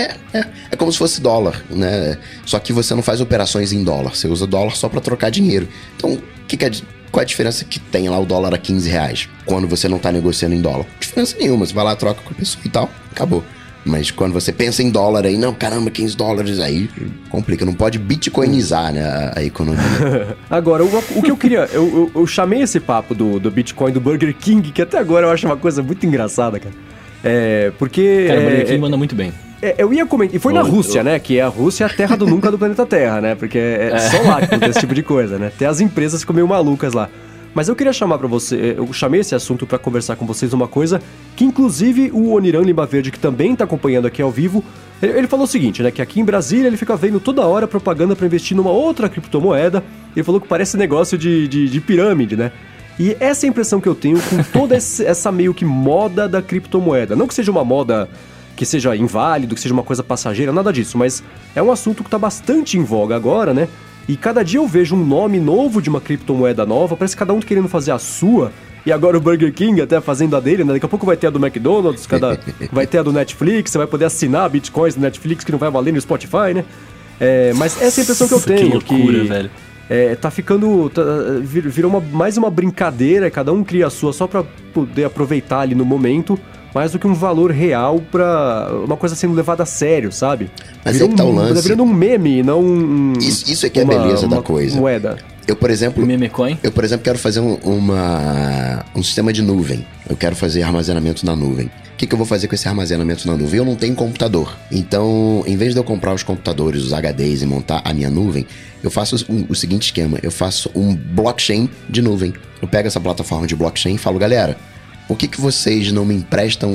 É como se fosse dólar, né? Só que você não faz operações em dólar, você usa dólar só pra trocar dinheiro. Então, qual é a diferença que tem lá o dólar a R$15 quando você não tá negociando em dólar? Diferença nenhuma, você vai lá, troca com a pessoa e tal, acabou. Mas quando você pensa em dólar aí, não, caramba, $15, aí complica, não pode bitcoinizar, né, a economia. Agora, o que eu queria, eu chamei esse papo do Bitcoin do Burger King, que até agora eu acho uma coisa muito engraçada, cara. Porque... Cara, o Burger King manda muito bem. Eu ia comentar, e foi na Rússia, né, que a Rússia é a terra do nunca do planeta Terra, né, porque é só lá que acontece esse tipo de coisa, né, até as empresas ficam meio malucas lá. Mas eu queria chamar pra você, eu chamei esse assunto pra conversar com vocês uma coisa que inclusive o Oniran Lima Verde, que também tá acompanhando aqui ao vivo, ele falou o seguinte, né, que aqui em Brasília ele fica vendo toda hora propaganda pra investir numa outra criptomoeda, ele falou que parece negócio de pirâmide, né. E essa é a impressão que eu tenho com toda essa meio que moda da criptomoeda. Não que seja uma moda que seja inválido, que seja uma coisa passageira, nada disso, mas é um assunto que tá bastante em voga agora, né? E cada dia eu vejo um nome novo de uma criptomoeda nova, parece cada um querendo fazer a sua, e agora o Burger King até fazendo a dele, né? Daqui a pouco vai ter a do McDonald's, vai ter a do Netflix, você vai poder assinar bitcoins do Netflix que não vai valer no Spotify, né? Mas essa é a impressão que eu tenho. Que loucura, velho. Tá ficando... virou mais uma brincadeira, cada um cria a sua só pra poder aproveitar ali no momento, mais do que um valor real pra uma coisa sendo levada a sério, sabe? Mas é que tá o lance. Tá virando um meme, não um... Isso é que é a beleza da coisa. Moeda. Eu, por exemplo... Memecoin? Eu, por exemplo, quero fazer um sistema de nuvem. Eu quero fazer armazenamento na nuvem. O que eu vou fazer com esse armazenamento na nuvem? Eu não tenho computador. Então, em vez de eu comprar os computadores, os HDs e montar a minha nuvem, eu faço o seguinte esquema. Eu faço um blockchain de nuvem. Eu pego essa plataforma de blockchain e falo, galera, por que vocês não me emprestam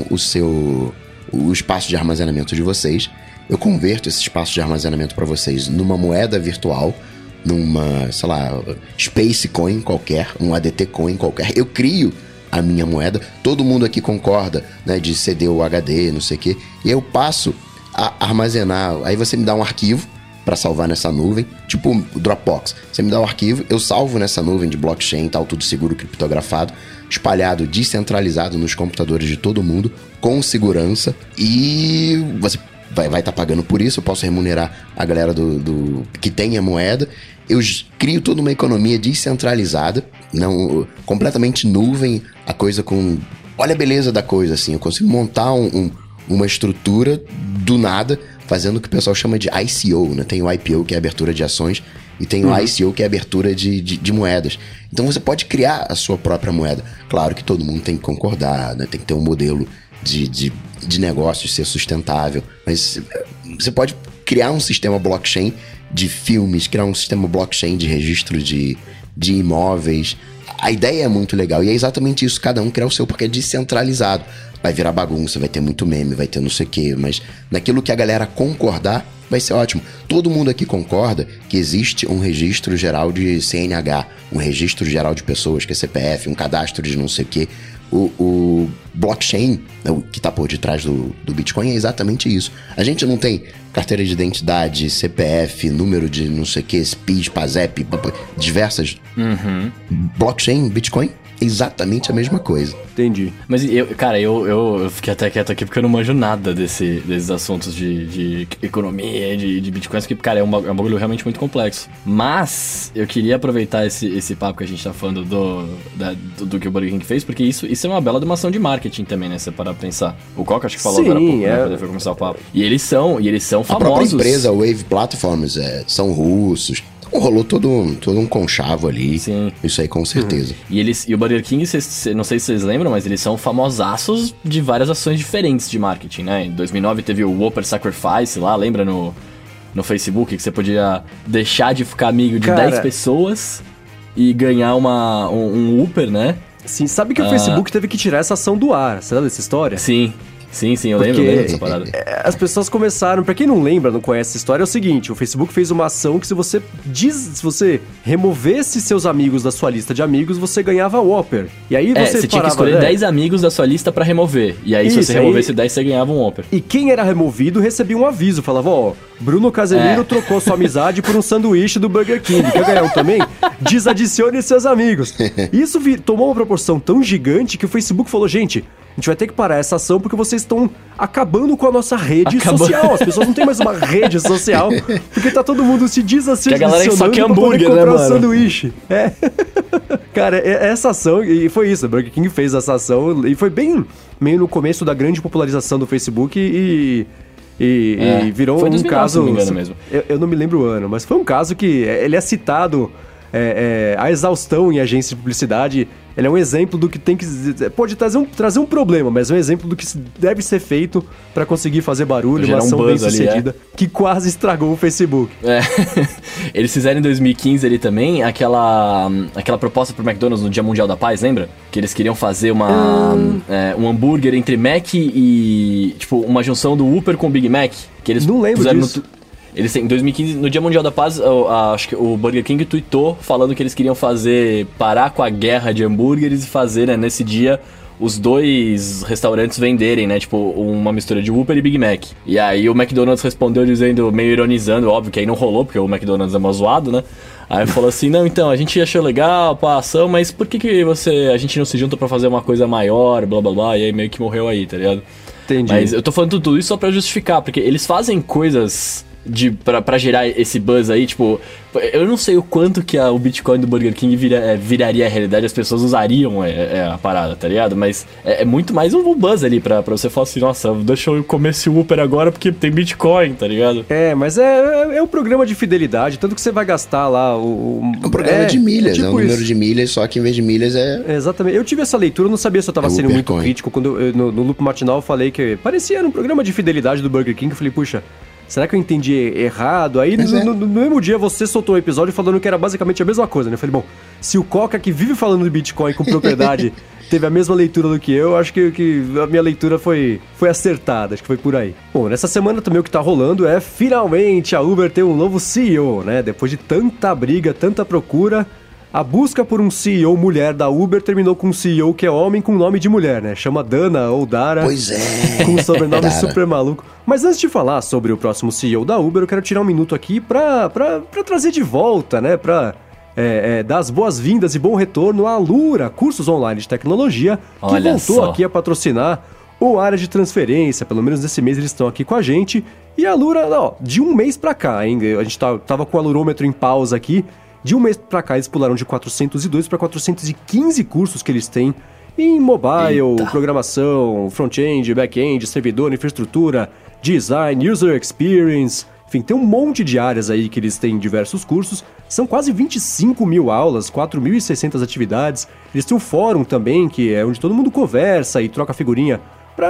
o espaço de armazenamento de vocês? Eu converto esse espaço de armazenamento para vocês numa moeda virtual, numa, sei lá, Space Coin qualquer, um ADT Coin qualquer. Eu crio a minha moeda, todo mundo aqui concorda, né, de ceder o HD, não sei o quê, e eu passo a armazenar. Aí você me dá um arquivo para salvar nessa nuvem, tipo o Dropbox. Você me dá um arquivo, eu salvo nessa nuvem de blockchain, tal, tudo seguro, criptografado, espalhado, descentralizado nos computadores de todo mundo, com segurança, e você vai estar pagando por isso. Eu posso remunerar a galera que tem a moeda. Eu crio toda uma economia descentralizada, não completamente nuvem, a coisa com... Olha a beleza da coisa, assim. Eu consigo montar uma estrutura do nada, fazendo o que o pessoal chama de ICO, né? Tem o IPO, que é a abertura de ações, e tem o ICO, que é a abertura de moedas. Então você pode criar a sua própria moeda. Claro que todo mundo tem que concordar, né? Tem que ter um modelo de negócios, ser sustentável. Mas você pode criar um sistema blockchain de filmes, criar um sistema blockchain de registro de imóveis. A ideia é muito legal e é exatamente isso, cada um criar o seu, porque é descentralizado. Vai virar bagunça, vai ter muito meme, vai ter não sei o quê, mas naquilo que a galera concordar, vai ser ótimo. Todo mundo aqui concorda que existe um registro geral de CNH, um registro geral de pessoas, que é CPF, um cadastro de não sei o quê. O blockchain, o que está por detrás do Bitcoin, é exatamente isso. A gente não tem carteira de identidade, CPF, número de não sei o que, SPIS, PASEP, diversas. Blockchain, Bitcoin, exatamente a mesma coisa. Entendi. Mas, cara, eu fiquei até quieto aqui porque eu não manjo nada desses assuntos de economia, de bitcoins, porque, cara, é um bagulho realmente muito complexo. Mas eu queria aproveitar esse papo que a gente tá falando do que o Burger King fez, porque isso é uma bela demonstração de marketing também, né? Se você parar pra pensar. O Coca acho que falou agora há pouco, né? Quando foi começar o papo. E eles são famosos. A própria empresa, Wave Platforms, são russos. Então rolou todo um conchavo ali. Sim. Isso aí, com certeza. E o Burger King, não sei se vocês lembram, mas eles são famosaços de várias ações diferentes de marketing, né? Em 2009 teve o Whopper Sacrifice lá, lembra no Facebook, que você podia deixar de ficar amigo de 10 pessoas e ganhar um Whopper, né? Sim, sabe que o Facebook teve que tirar essa ação do ar, você lembra dessa história? Sim, eu lembro dessa parada. As pessoas começaram, pra quem não lembra, não conhece essa história, é o seguinte, o Facebook fez uma ação que se você removesse seus amigos da sua lista de amigos, você ganhava Whopper. E aí você tinha que escolher 10 amigos da sua lista pra remover. E aí se você removesse 10, você ganhava um Whopper. E quem era removido recebia um aviso, falava, Bruno Casemiro trocou sua amizade por um sanduíche do Burger King. Quer ganhar um também? Desadicione seus amigos. Isso tomou uma proporção tão gigante que o Facebook falou, gente, a gente vai ter que parar essa ação porque vocês estão acabando com a nossa rede social. As pessoas não têm mais uma rede social porque tá todo mundo se desacionando. Que a galera só quer hambúrguer, comprar né, um sanduíche. Cara, essa ação, e foi isso, o Burger King fez essa ação e foi bem meio no começo da grande popularização do Facebook e virou foi 2009, um caso. Se não me engano mesmo. Eu não me lembro o ano, mas foi um caso que ele é citado a exaustão em agência de publicidade. Ele é um exemplo do que tem que... Pode trazer um problema, mas é um exemplo do que deve ser feito para conseguir fazer barulho, uma ação bem sucedida, que quase estragou o Facebook. Eles fizeram em 2015 ali também aquela proposta pro McDonald's no Dia Mundial da Paz, lembra? Que eles queriam fazer um hambúrguer entre Mac e... Tipo, uma junção do Whopper com o Big Mac. Que eles não lembro disso. Eles, em 2015, no Dia Mundial da Paz, acho que o Burger King tweetou falando que eles queriam parar com a guerra de hambúrgueres e fazer, né, nesse dia, os dois restaurantes venderem, né, tipo, uma mistura de Whopper e Big Mac. E aí o McDonald's respondeu dizendo, meio ironizando, óbvio que aí não rolou, porque o McDonald's é mó zoado, né? Aí falou assim, não, então, a gente achou legal a ação, mas por que a gente não se junta pra fazer uma coisa maior, blá blá blá, e aí meio que morreu aí, tá ligado? Entendi. Mas eu tô falando tudo isso só pra justificar, porque eles fazem coisas... Pra gerar esse buzz aí, tipo... Eu não sei o quanto que o Bitcoin do Burger King viraria a realidade, as pessoas usariam a parada, tá ligado? Mas é muito mais um buzz ali pra você falar assim, nossa, deixa eu comer esse Whopper agora porque tem Bitcoin, tá ligado? Mas é um programa de fidelidade, tanto que você vai gastar lá É um programa de milhas, tipo um número de milhas, só que em vez de milhas Exatamente. Eu tive essa leitura, eu não sabia se eu tava sendo muito crítico. Quando no Loop Matinal eu falei que parecia um programa de fidelidade do Burger King, eu falei, puxa... Será que eu entendi errado? Aí no mesmo dia você soltou um episódio falando que era basicamente a mesma coisa, né? Eu falei, bom, se o Coca que vive falando de Bitcoin com propriedade teve a mesma leitura do que eu, acho que a minha leitura foi acertada, acho que foi por aí. Bom, nessa semana também o que tá rolando é finalmente a Uber ter um novo CEO, né? Depois de tanta briga, tanta procura, a busca por um CEO mulher da Uber terminou com um CEO que é homem com nome de mulher, né? Chama Dana ou Dara. Pois é. Com um sobrenome super maluco. Mas antes de falar sobre o próximo CEO da Uber, eu quero tirar um minuto aqui pra trazer de volta, né? Pra dar as boas-vindas e bom retorno à Alura, cursos online de tecnologia, que voltou aqui a patrocinar o Área de Transferência. Pelo menos nesse mês eles estão aqui com a gente. E a Alura, de um mês pra cá, hein? A gente tava com o alurômetro em pausa aqui. De um mês pra cá, eles pularam de 402 para 415 cursos que eles têm em mobile, programação, front-end, back-end, servidor, infraestrutura, design, user experience. Enfim, tem um monte de áreas aí que eles têm diversos cursos. São quase 25 mil aulas, 4.600 atividades. Eles têm um fórum também, que é onde todo mundo conversa e troca figurinha.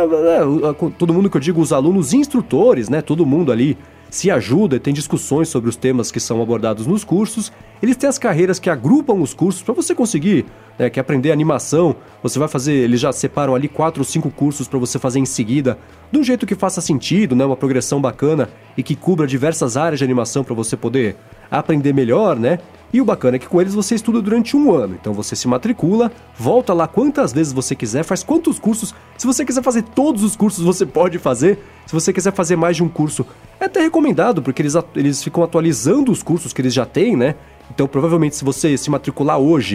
Todo mundo que eu digo, os alunos e instrutores, né? Todo mundo ali se ajuda e tem discussões sobre os temas que são abordados nos cursos. Eles têm as carreiras que agrupam os cursos para você conseguir, né, quer aprender animação, você vai fazer, eles já separam ali 4 ou 5 cursos para você fazer em seguida, de um jeito que faça sentido, né, uma progressão bacana e que cubra diversas áreas de animação para você poder aprender melhor, né? E o bacana é que com eles você estuda durante um ano. Então você se matricula, volta lá quantas vezes você quiser, faz quantos cursos. Se você quiser fazer todos os cursos, você pode fazer. Se você quiser fazer mais de um curso, é até recomendado, porque eles ficam atualizando os cursos que eles já têm, né? Então provavelmente se você se matricular hoje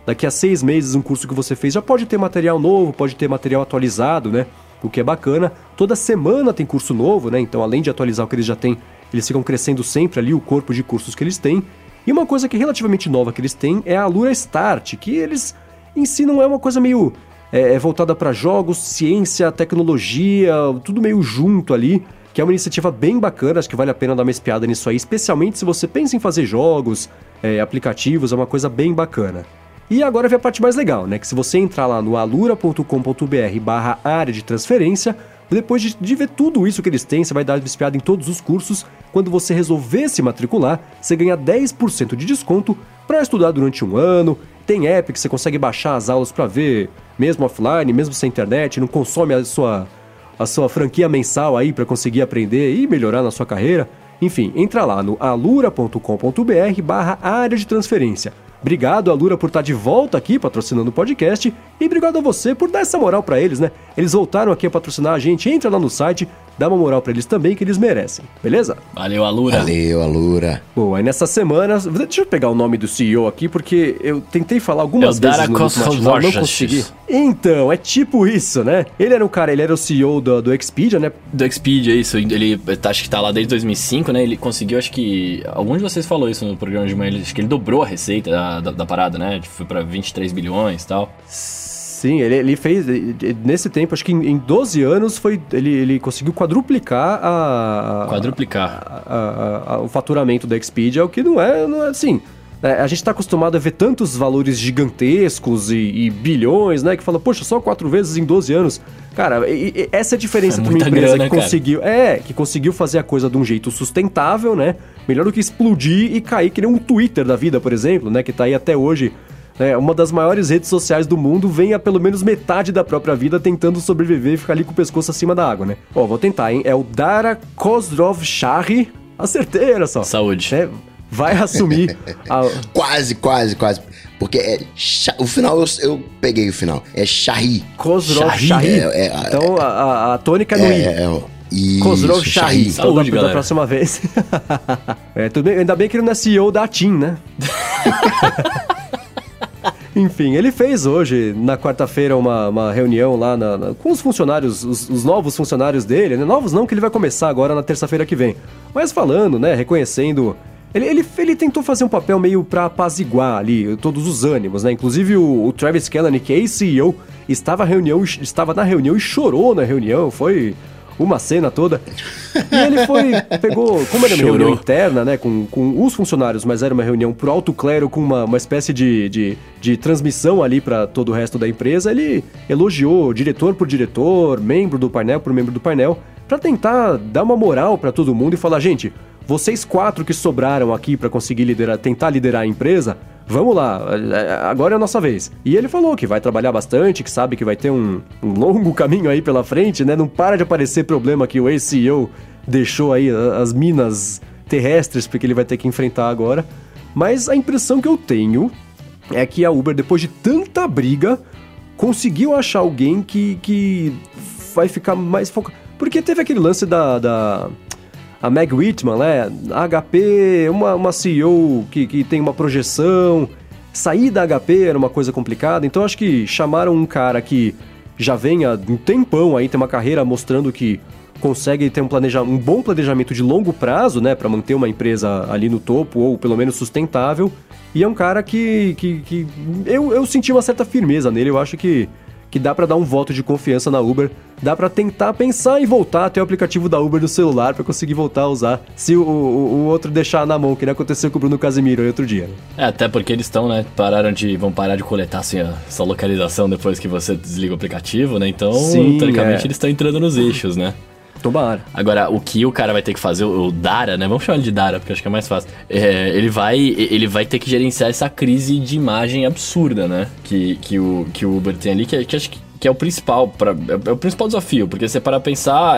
daqui a 6 meses um curso que você fez já pode ter material novo, pode ter material atualizado, né? O que é bacana. Toda semana tem curso novo, né? Então, além de atualizar o que eles já têm, eles ficam crescendo sempre ali o corpo de cursos que eles têm. E uma coisa que é relativamente nova que eles têm é a Alura Start, que eles ensinam, é uma coisa meio voltada para jogos, ciência, tecnologia, tudo meio junto ali, que é uma iniciativa bem bacana, acho que vale a pena dar uma espiada nisso aí, especialmente se você pensa em fazer jogos, aplicativos, é uma coisa bem bacana. E agora vem a parte mais legal, né? Que se você entrar lá no alura.com.br/área de transferência, depois de ver tudo isso que eles têm, você vai dar uma espiada em todos os cursos. Quando você resolver se matricular, você ganha 10% de desconto para estudar durante um ano. Tem app que você consegue baixar as aulas para ver, mesmo offline, mesmo sem internet, não consome a sua franquia mensal aí para conseguir aprender e melhorar na sua carreira. Enfim, entra lá no alura.com.br/área de transferência. Obrigado, Alura, por estar de volta aqui patrocinando o podcast e obrigado a você por dar essa moral pra eles, né? Eles voltaram aqui a patrocinar a gente, entra lá no site, dá uma moral pra eles também que eles merecem, beleza? Valeu, Alura. Valeu, Alura. Bom, aí nessa semana, deixa eu pegar o nome do CEO aqui, porque eu tentei falar algumas vezes no matinal, não consegui. Então, é tipo isso, né? Ele era o CEO do Expedia, né? Do Expedia, isso. Ele acho que tá lá desde 2005, né? Ele conseguiu, acho que... Algum de vocês falou isso no programa de manhã. Acho que ele dobrou a receita da parada, né? Foi pra 23 bilhões e tal. Sim, ele fez... Nesse tempo, acho que em 12 anos, ele conseguiu quadruplicar o faturamento da Expedia, o que não é assim... A gente tá acostumado a ver tantos valores gigantescos e bilhões, né? Que fala, poxa, só 4 vezes em 12 anos. Cara, essa é a diferença entre uma empresa grana, que conseguiu fazer a coisa de um jeito sustentável, né? Melhor do que explodir e cair que nem um Twitter da vida, por exemplo, né? Que tá aí até hoje. Uma das maiores redes sociais do mundo vem a pelo menos metade da própria vida tentando sobreviver e ficar ali com o pescoço acima da água, né? Ó, vou tentar, hein? É o Dara Khosrowshahi. Acertei, olha só. Saúde. Vai assumir Quase. Porque o final, eu peguei o final. É Shahi. Khosrowshahi. Então a tônica é no I. Khosrowshahi. Saúde, galera. Da próxima vez. Tudo bem, ainda bem que ele não é CEO da TIM, né? Enfim, ele fez hoje, na quarta-feira, uma reunião lá com os funcionários, os novos funcionários dele, né? Novos não, que ele vai começar agora na terça-feira que vem. Mas falando, né, reconhecendo... Ele tentou fazer um papel meio pra apaziguar ali todos os ânimos, né? Inclusive o Travis Kalanick, que é ex-CEO, estava na reunião e chorou na reunião, foi uma cena toda. E ele pegou, como era uma reunião interna, né, com os funcionários, mas era uma reunião por alto clero, com uma espécie de transmissão ali para todo o resto da empresa, ele elogiou diretor por diretor, membro do painel por membro do painel, para tentar dar uma moral para todo mundo e falar, gente... Vocês 4 que sobraram aqui para conseguir tentar liderar a empresa, vamos lá, agora é a nossa vez. E ele falou que vai trabalhar bastante, que sabe que vai ter um longo caminho aí pela frente, né? Não para de aparecer problema que o ex-CEO deixou aí as minas terrestres, porque ele vai ter que enfrentar agora. Mas a impressão que eu tenho é que a Uber, depois de tanta briga, conseguiu achar alguém que vai ficar mais focado. Porque teve aquele lance a Meg Whitman, né? A HP, uma CEO que tem uma projeção. Sair da HP era uma coisa complicada, então acho que chamaram um cara que já vem há um tempão aí, tem uma carreira mostrando que consegue ter um bom planejamento de longo prazo, né? Pra manter uma empresa ali no topo, ou pelo menos sustentável. E é um cara que eu senti uma certa firmeza nele, eu acho que dá pra dar um voto de confiança na Uber, dá pra tentar pensar em voltar até o aplicativo da Uber no celular pra conseguir voltar a usar, se o outro deixar na mão, que nem aconteceu com o Bruno Casemiro aí outro dia. Até porque eles estão, né, vão parar de coletar assim, essa localização depois que você desliga o aplicativo, né, então, teoricamente, eles estão entrando nos eixos, né. Tomara. Agora, o que o cara vai ter que fazer, o Dara, né? Vamos chamar ele de Dara, porque acho que é mais fácil. Ele vai ter que gerenciar essa crise de imagem absurda, né? Que o Uber tem ali, que acho que é o principal, é o principal desafio, porque você para pensar,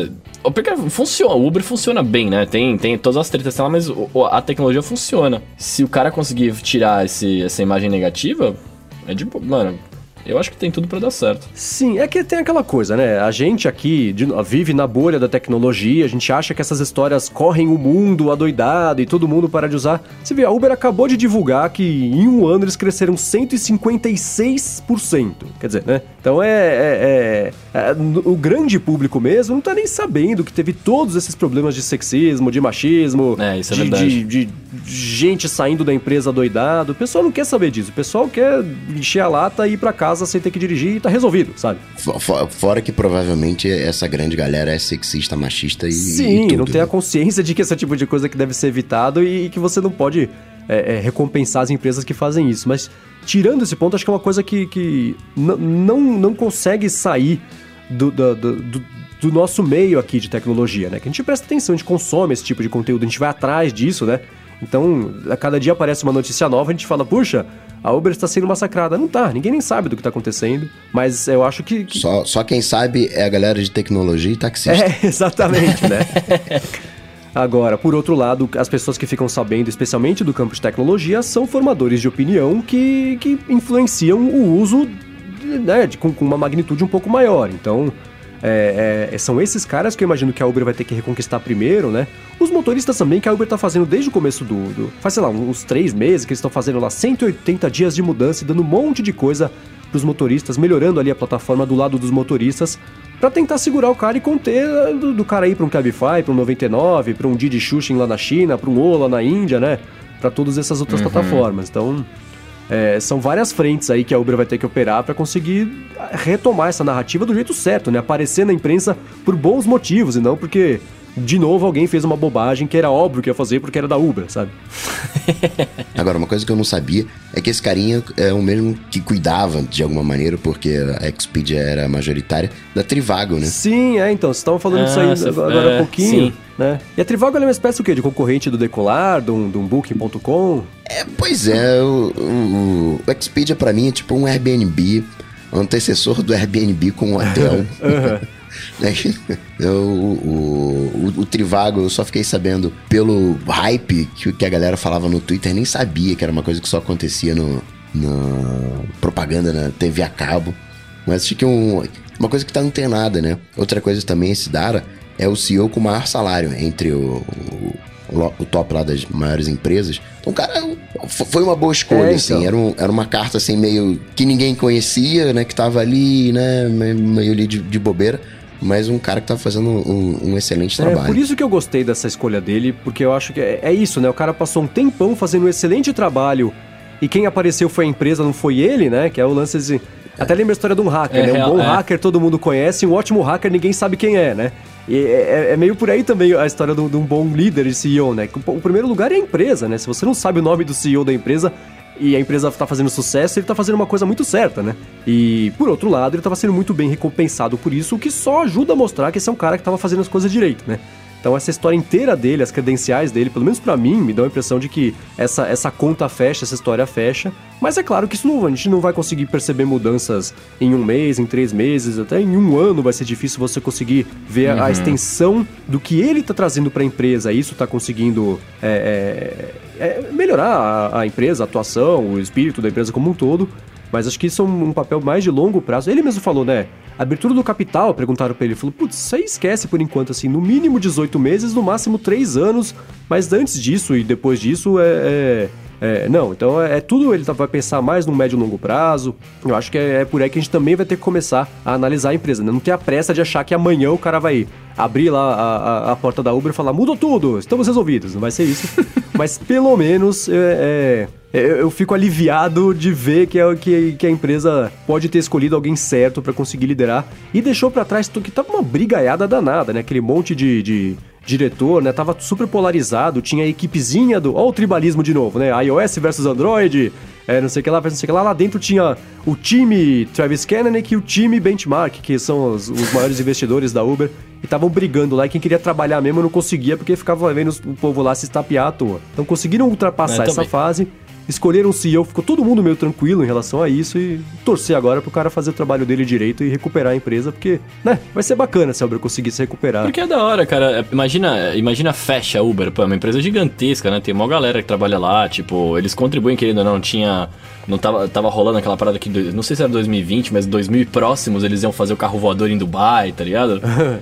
o Uber funciona bem, né? Tem todas as tretas lá, mas a tecnologia funciona. Se o cara conseguir tirar essa imagem negativa, mano, Eu acho que tem tudo pra dar certo. Sim, é que tem aquela coisa, né? A gente aqui vive na bolha da tecnologia, a gente acha que essas histórias correm o mundo adoidado e todo mundo para de usar. Você vê, a Uber acabou de divulgar que em um ano eles cresceram 156%. Quer dizer, né? Então o grande público mesmo não tá nem sabendo que teve todos esses problemas de sexismo, de machismo, isso é verdade. de gente saindo da empresa adoidado. O pessoal não quer saber disso. O pessoal quer encher a lata e ir pra casa sem ter que dirigir e tá resolvido, sabe? Fora que provavelmente essa grande galera é sexista, machista e Sim, tudo, não tem a consciência de que esse tipo de coisa que deve ser evitado e que você não pode recompensar as empresas que fazem isso. Mas tirando esse ponto, acho que é uma coisa que não consegue sair do nosso meio aqui de tecnologia, né? Que a gente presta atenção, a gente consome esse tipo de conteúdo, a gente vai atrás disso, né? Então, a cada dia aparece uma notícia nova, a gente fala, puxa, a Uber está sendo massacrada. Não tá, ninguém nem sabe do que está acontecendo, mas eu acho que... Só quem sabe é a galera de tecnologia e taxista. Exatamente, né? Agora, por outro lado, as pessoas que ficam sabendo, especialmente do campo de tecnologia, são formadores de opinião que influenciam o uso, né, com uma magnitude um pouco maior. Então, são esses caras que eu imagino que a Uber vai ter que reconquistar primeiro, né? Os motoristas também, que a Uber tá fazendo desde o começo faz, sei lá, uns 3 meses que eles estão fazendo lá 180 dias de mudança e dando um monte de coisa pros motoristas, melhorando ali a plataforma do lado dos motoristas, pra tentar segurar o cara e conter do cara ir pra um Cabify, pra um 99, pra um Didi Xuxin lá na China, pra um Ola na Índia, né? Pra todas essas outras plataformas. Então, são várias frentes aí que a Uber vai ter que operar pra conseguir retomar essa narrativa do jeito certo, né? Aparecer na imprensa por bons motivos e não porque, de novo, alguém fez uma bobagem que era óbvio que ia fazer porque era da Uber, sabe? Agora, uma coisa que eu não sabia é que esse carinha é o mesmo que cuidava, de alguma maneira, porque a Expedia era majoritária, da Trivago, né? Então, vocês estavam falando disso aí agora há pouquinho, sim, né? E a Trivago é uma espécie o quê? De concorrente do Decolar, de um Booking.com? Pois é, o Expedia pra mim é tipo um Airbnb, o antecessor do Airbnb com um hotel. O Trivago eu só fiquei sabendo pelo hype que a galera falava no Twitter, nem sabia que era uma coisa que só acontecia na propaganda na TV a cabo, mas acho que uma coisa que tá antenada, né? Outra coisa também, esse Dara é o CEO com o maior salário entre o top lá das maiores empresas. Então, cara, foi uma boa escolha, assim. Era uma carta, assim, meio que ninguém conhecia, né? Que tava ali, né? Meio ali de bobeira. Mas um cara que tá fazendo um excelente trabalho. Por isso que eu gostei dessa escolha dele, porque eu acho que é isso, né? O cara passou um tempão fazendo um excelente trabalho e quem apareceu foi a empresa, não foi ele, né? Que é o lance de... Até lembra a história de um hacker, né? Um bom hacker todo mundo conhece, um ótimo hacker ninguém sabe quem é, né? E é meio por aí também a história de um bom líder de CEO, né? O primeiro lugar é a empresa, né? Se você não sabe o nome do CEO da empresa e a empresa tá fazendo sucesso, ele tá fazendo uma coisa muito certa, né? E, por outro lado, ele tava sendo muito bem recompensado por isso, o que só ajuda a mostrar que esse é um cara que tava fazendo as coisas direito, né? Então essa história inteira dele, as credenciais dele, pelo menos pra mim, me dão a impressão de que essa conta fecha, essa história fecha. Mas é claro que a gente não vai conseguir perceber mudanças em 1 mês, em 3 meses, até em 1 ano vai ser difícil você conseguir ver a extensão do que ele tá trazendo pra empresa. Isso tá conseguindo melhorar a empresa, a atuação, o espírito da empresa como um todo. Mas acho que isso é um papel mais de longo prazo. Ele mesmo falou, né? A abertura do capital, perguntaram pra ele, falou, putz, isso aí esquece por enquanto, assim, no mínimo 18 meses, no máximo 3 anos, mas antes disso e depois disso não, então tudo, ele vai pensar mais no médio e longo prazo. Eu acho que é por aí que a gente também vai ter que começar a analisar a empresa, né? Não ter a pressa de achar que amanhã o cara vai abrir lá a porta da Uber e falar, mudou tudo, estamos resolvidos. Não vai ser isso, mas pelo menos eu fico aliviado de ver que a empresa pode ter escolhido alguém certo pra conseguir liderar e deixou pra trás que tava uma brigaiada danada, né? Aquele monte de diretor, né? Tava super polarizado, tinha a equipezinha ó o tribalismo de novo, né? iOS versus Android, não sei o que lá, versus não sei o que lá. Lá dentro tinha o time Travis Kalanick e o time Benchmark, que são os maiores investidores da Uber, e estavam brigando lá, e quem queria trabalhar mesmo não conseguia, porque ficava vendo o povo lá se estapear à toa. Então conseguiram ultrapassar essa fase escolheram um CEO, ficou todo mundo meio tranquilo em relação a isso e torcer agora pro cara fazer o trabalho dele direito e recuperar a empresa, porque, né, vai ser bacana se a Uber conseguir se recuperar. Porque é da hora, cara. Imagina fecha a Uber, pô, é uma empresa gigantesca, né? Tem uma galera que trabalha lá, tipo, eles contribuem, querendo ou não, não tava rolando aquela parada que, não sei se era 2020, mas 2000 e próximos eles iam fazer o carro voador em Dubai, tá ligado?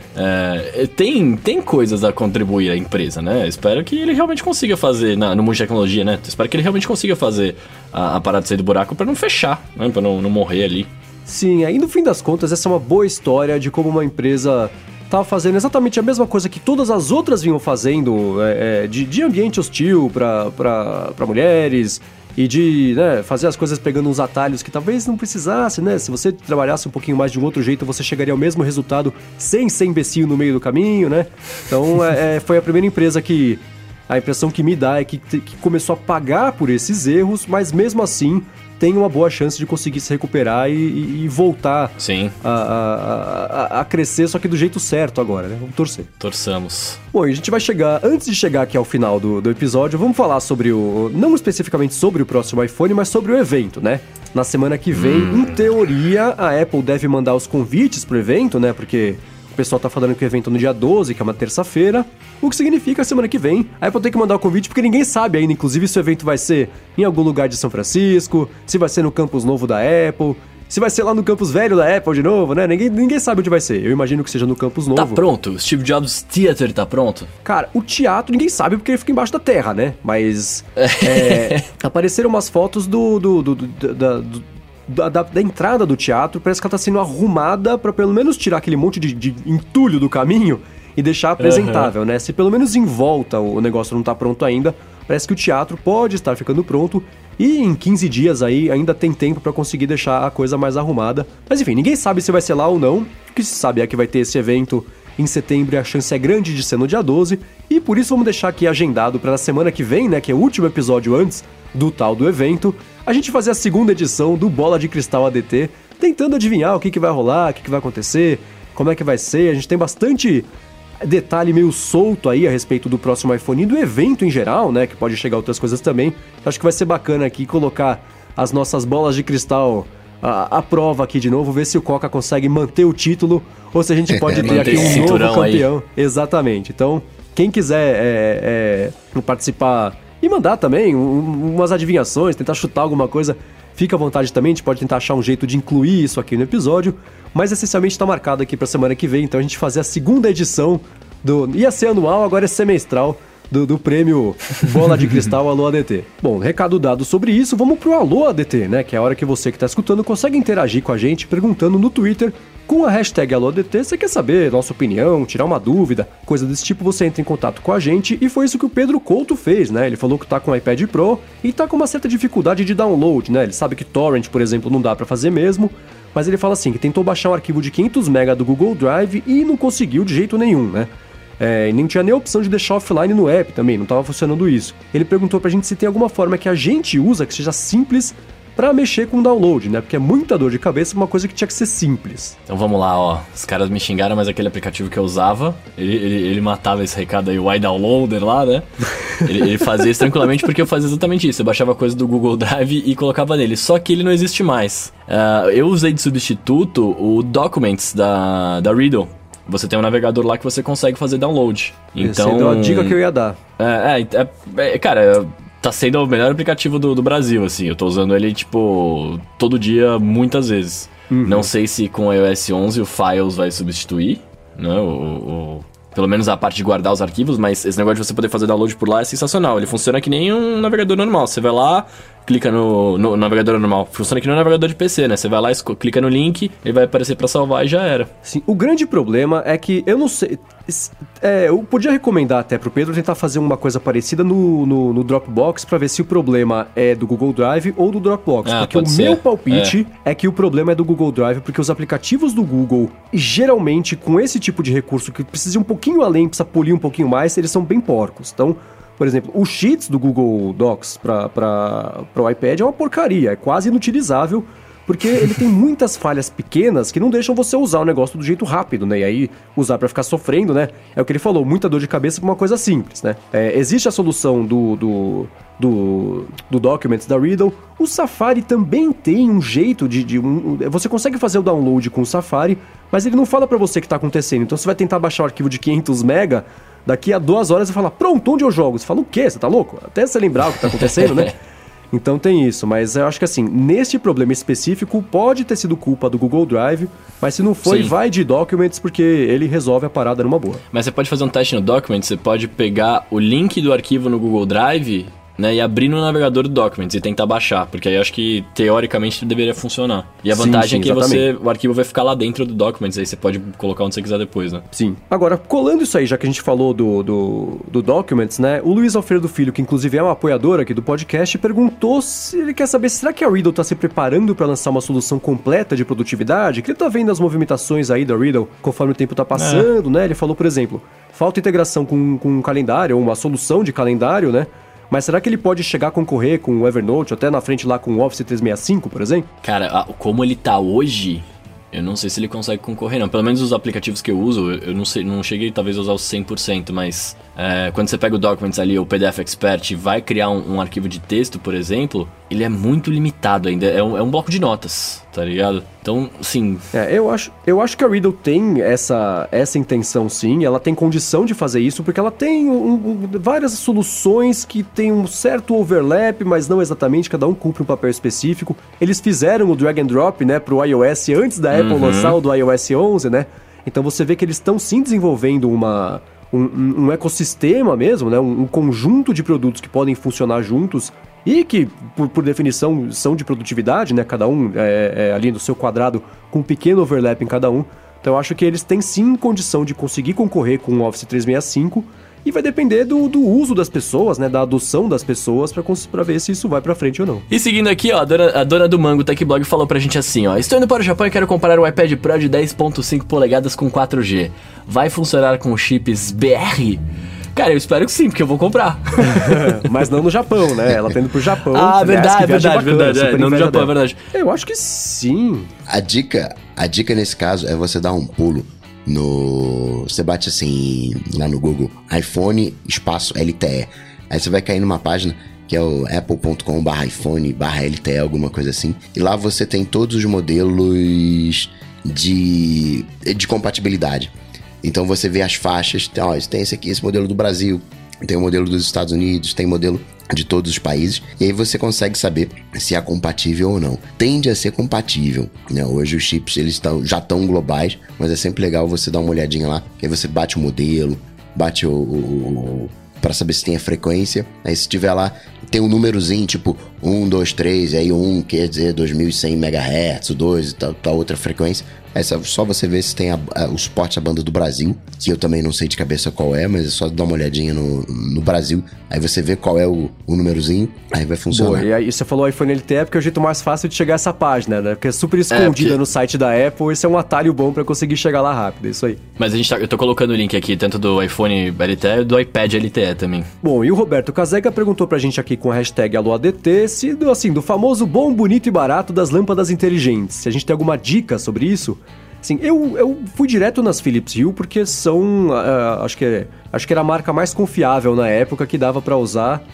Tem coisas a contribuir à empresa, né? Espero que ele realmente consiga fazer, no mundo de tecnologia, né? Espero que ele realmente consiga fazer a parada sair do buraco pra não fechar, né? Pra não morrer ali. Sim, aí no fim das contas essa é uma boa história de como uma empresa tava fazendo exatamente a mesma coisa que todas as outras vinham fazendo, de ambiente hostil pra mulheres e de, né, fazer as coisas pegando uns atalhos que talvez não precisasse, né? Se você trabalhasse um pouquinho mais de um outro jeito, você chegaria ao mesmo resultado sem ser imbecil no meio do caminho, né? Então foi a primeira empresa que... A impressão que me dá é que começou a pagar por esses erros, mas mesmo assim tem uma boa chance de conseguir se recuperar e voltar. Sim. A crescer, só que do jeito certo agora, né? Vamos torcer. Torçamos. Bom, e a gente vai antes de chegar aqui ao final do episódio, vamos falar sobre não especificamente sobre o próximo iPhone, mas sobre o evento, né? Na semana que vem, em teoria, a Apple deve mandar os convites pro evento, né? Porque... O pessoal tá falando que o evento é no dia 12, que é uma terça-feira, o que significa semana que vem a Apple tem que mandar o convite porque ninguém sabe ainda, inclusive se o evento vai ser em algum lugar de São Francisco, se vai ser no campus novo da Apple, se vai ser lá no campus velho da Apple de novo, né? Ninguém sabe onde vai ser. Eu imagino que seja no campus novo. Tá pronto? O Steve Jobs Theater tá pronto? Cara, o teatro ninguém sabe porque ele fica embaixo da terra, né? Mas apareceram umas fotos da entrada do teatro, parece que ela tá sendo arrumada pra pelo menos tirar aquele monte de entulho do caminho e deixar apresentável, né? Se pelo menos em volta o negócio não tá pronto ainda, parece que o teatro pode estar ficando pronto e em 15 dias aí ainda tem tempo pra conseguir deixar a coisa mais arrumada. Mas enfim, ninguém sabe se vai ser lá ou não. O que se sabe é que vai ter esse evento em setembro e a chance é grande de ser no dia 12, e por isso vamos deixar aqui agendado pra na semana que vem, né, que é o último episódio antes do tal do evento, a gente fazer a segunda edição do Bola de Cristal ADT, tentando adivinhar o que vai rolar, o que vai acontecer, como é que vai ser. A gente tem bastante detalhe meio solto aí a respeito do próximo iPhone e do evento em geral, né, que pode chegar outras coisas também. Acho que vai ser bacana aqui colocar as nossas bolas de cristal à prova aqui de novo, ver se o Coca consegue manter o título ou se a gente pode ter aqui um novo campeão. Aí. Exatamente. Então, quem quiser participar e mandar também umas adivinhações, tentar chutar alguma coisa, fica à vontade também, a gente pode tentar achar um jeito de incluir isso aqui no episódio, mas essencialmente está marcado aqui para semana que vem, então a gente fazer a segunda edição ia ser anual, agora é semestral, do prêmio Bola de Cristal Alô ADT. Bom, recado dado sobre isso, vamos pro Alô ADT, né? Que é a hora que você que tá escutando consegue interagir com a gente perguntando no Twitter com a hashtag AlôADT. Você quer saber nossa opinião, tirar uma dúvida, coisa desse tipo, você entra em contato com a gente, e foi isso que o Pedro Couto fez, né? Ele falou que tá com o iPad Pro e tá com uma certa dificuldade de download, né? Ele sabe que torrent, por exemplo, não dá pra fazer mesmo, mas ele fala assim, que tentou baixar um arquivo de 500 MB do Google Drive e não conseguiu de jeito nenhum, né? E nem tinha nem a opção de deixar offline no app também, não estava funcionando isso. Ele perguntou pra gente se tem alguma forma que a gente usa que seja simples pra mexer com o download, né? Porque é muita dor de cabeça, uma coisa que tinha que ser simples. Então vamos lá, ó. Os caras me xingaram, mas aquele aplicativo que eu usava, ele matava esse recado aí, o iDownloader lá, né? ele fazia isso tranquilamente porque eu fazia exatamente isso. Eu baixava coisa do Google Drive e colocava nele. Só que ele não existe mais. Eu usei de substituto o Documents da Riddle. Você tem um navegador lá que você consegue fazer download. Então, essa é uma dica que eu ia dar. Cara, tá sendo o melhor aplicativo do Brasil, assim. Eu tô usando ele, tipo, todo dia, muitas vezes. Uhum. Não sei se com o iOS 11 o Files vai substituir, né? Pelo menos a parte de guardar os arquivos, mas esse negócio de você poder fazer download por lá é sensacional. Ele funciona que nem um navegador normal. Você vai lá, clica no navegador normal. Funciona que nem um navegador de PC, né? Você vai lá, clica no link, ele vai aparecer pra salvar e já era. Sim, o grande problema é que, eu não sei... eu podia recomendar até pro Pedro tentar fazer uma coisa parecida no Dropbox pra ver se o problema é do Google Drive ou do Dropbox. Porque o meu palpite é que o problema é do Google Drive, porque os aplicativos do Google, geralmente, com esse tipo de recurso que precisa ir um pouquinho além, precisa polir um pouquinho mais, eles são bem porcos. Então, por exemplo, o Sheets do Google Docs para o iPad é uma porcaria, é quase inutilizável, porque ele tem muitas falhas pequenas que não deixam você usar o negócio do jeito rápido, né? E aí, usar pra ficar sofrendo, né? É o que ele falou, muita dor de cabeça pra uma coisa simples, né? Existe a solução do Documents da Riddle. O Safari também tem um jeito você consegue fazer o download com o Safari, mas ele não fala pra você o que tá acontecendo. Então você vai tentar baixar o arquivo de 500 MB, daqui a 2 horas você fala, pronto, onde eu jogo? Você fala, o quê? Você tá louco? Até você lembrar o que tá acontecendo, né? Então tem isso, mas eu acho que assim, neste problema específico, pode ter sido culpa do Google Drive, mas se não foi, vai de Documents, porque ele resolve a parada numa boa. Mas você pode fazer um teste no Documents, você pode pegar o link do arquivo no Google Drive, né, e abrir no navegador do Documents e tentar baixar, porque aí eu acho que teoricamente deveria funcionar. E a vantagem é que o arquivo vai ficar lá dentro do Documents, aí você pode colocar onde você quiser depois, né? Sim. Agora, colando isso aí, já que a gente falou do Documents, né, o Luiz Alfredo Filho, que inclusive é um apoiador aqui do podcast, perguntou se ele quer saber, será que a Riddle tá se preparando para lançar uma solução completa de produtividade? Que ele tá vendo as movimentações aí da Riddle conforme o tempo tá passando, né? Ele falou, por exemplo, falta integração com um calendário, ou uma solução de calendário, né? Mas será que ele pode chegar a concorrer com o Evernote, até na frente lá com o Office 365, por exemplo? Cara, como ele tá hoje, eu não sei se ele consegue concorrer, não. Pelo menos os aplicativos que eu uso, eu não sei, não cheguei talvez a usar os 100%, mas quando você pega o Documents ali, o PDF Expert, e vai criar um arquivo de texto, por exemplo, ele é muito limitado ainda. É um bloco de notas, tá ligado? Então, sim. Eu acho que a Riddle tem essa intenção, sim. Ela tem condição de fazer isso, porque ela tem várias soluções que tem um certo overlap, mas não exatamente, cada um cumpre um papel específico. Eles fizeram o drag and drop, né, pro iOS antes da Apple lançar o do iOS 11, né? Então você vê que eles estão sim desenvolvendo um ecossistema mesmo, né? Um conjunto de produtos que podem funcionar juntos e que, por definição, são de produtividade, né? Cada um ali no seu quadrado com um pequeno overlap em cada um. Então eu acho que eles têm sim condição de conseguir concorrer com o Office 365 e vai depender do uso das pessoas, né? Da adoção das pessoas pra ver se isso vai pra frente ou não. E seguindo aqui, ó, a dona do Mango Tech Blog falou pra gente assim, ó: estou indo para o Japão e quero comprar um iPad Pro de 10.5 polegadas com 4G. Vai funcionar com chips BR? Cara, eu espero que sim, porque eu vou comprar. Mas não no Japão, né? Ela tá indo pro Japão. Ah, verdade. Não no Japão, é verdade. Eu acho que sim. A dica nesse caso é você dar um pulo você bate assim lá no Google, iPhone espaço LTE. Aí você vai cair numa página que é o apple.com/iphone/LTE, alguma coisa assim. E lá você tem todos os modelos de compatibilidade. Então você vê as faixas, tem esse aqui, esse modelo do Brasil, tem o modelo dos Estados Unidos, tem modelo de todos os países, e aí você consegue saber se é compatível ou não. Tende a ser compatível, né? Hoje os chips já estão globais, mas é sempre legal você dar uma olhadinha lá, que aí você bate o modelo, bate para saber se tem a frequência. Aí se tiver lá, tem um númerozinho, tipo 1, 2, 3, aí 1 quer dizer 2100 MHz, 2 e tal outra frequência. É só você ver se tem o suporte à banda do Brasil, que eu também não sei de cabeça qual é, mas é só dar uma olhadinha no Brasil. Aí você vê qual é o númerozinho, aí vai funcionar. Boa, e aí você falou iPhone LTE porque é o jeito mais fácil de chegar a essa página, né? Porque é super escondida no site da Apple, esse é um atalho bom pra conseguir chegar lá rápido, é isso aí. Mas eu tô colocando o link aqui, tanto do iPhone LTE e do iPad LTE também. Bom, e o Roberto Casega perguntou pra gente aqui com a hashtag AloADT se, do famoso bom, bonito e barato das lâmpadas inteligentes. Se a gente tem alguma dica sobre isso. Sim, eu fui direto nas Philips Hue porque são, acho que era a marca mais confiável na época que dava pra usar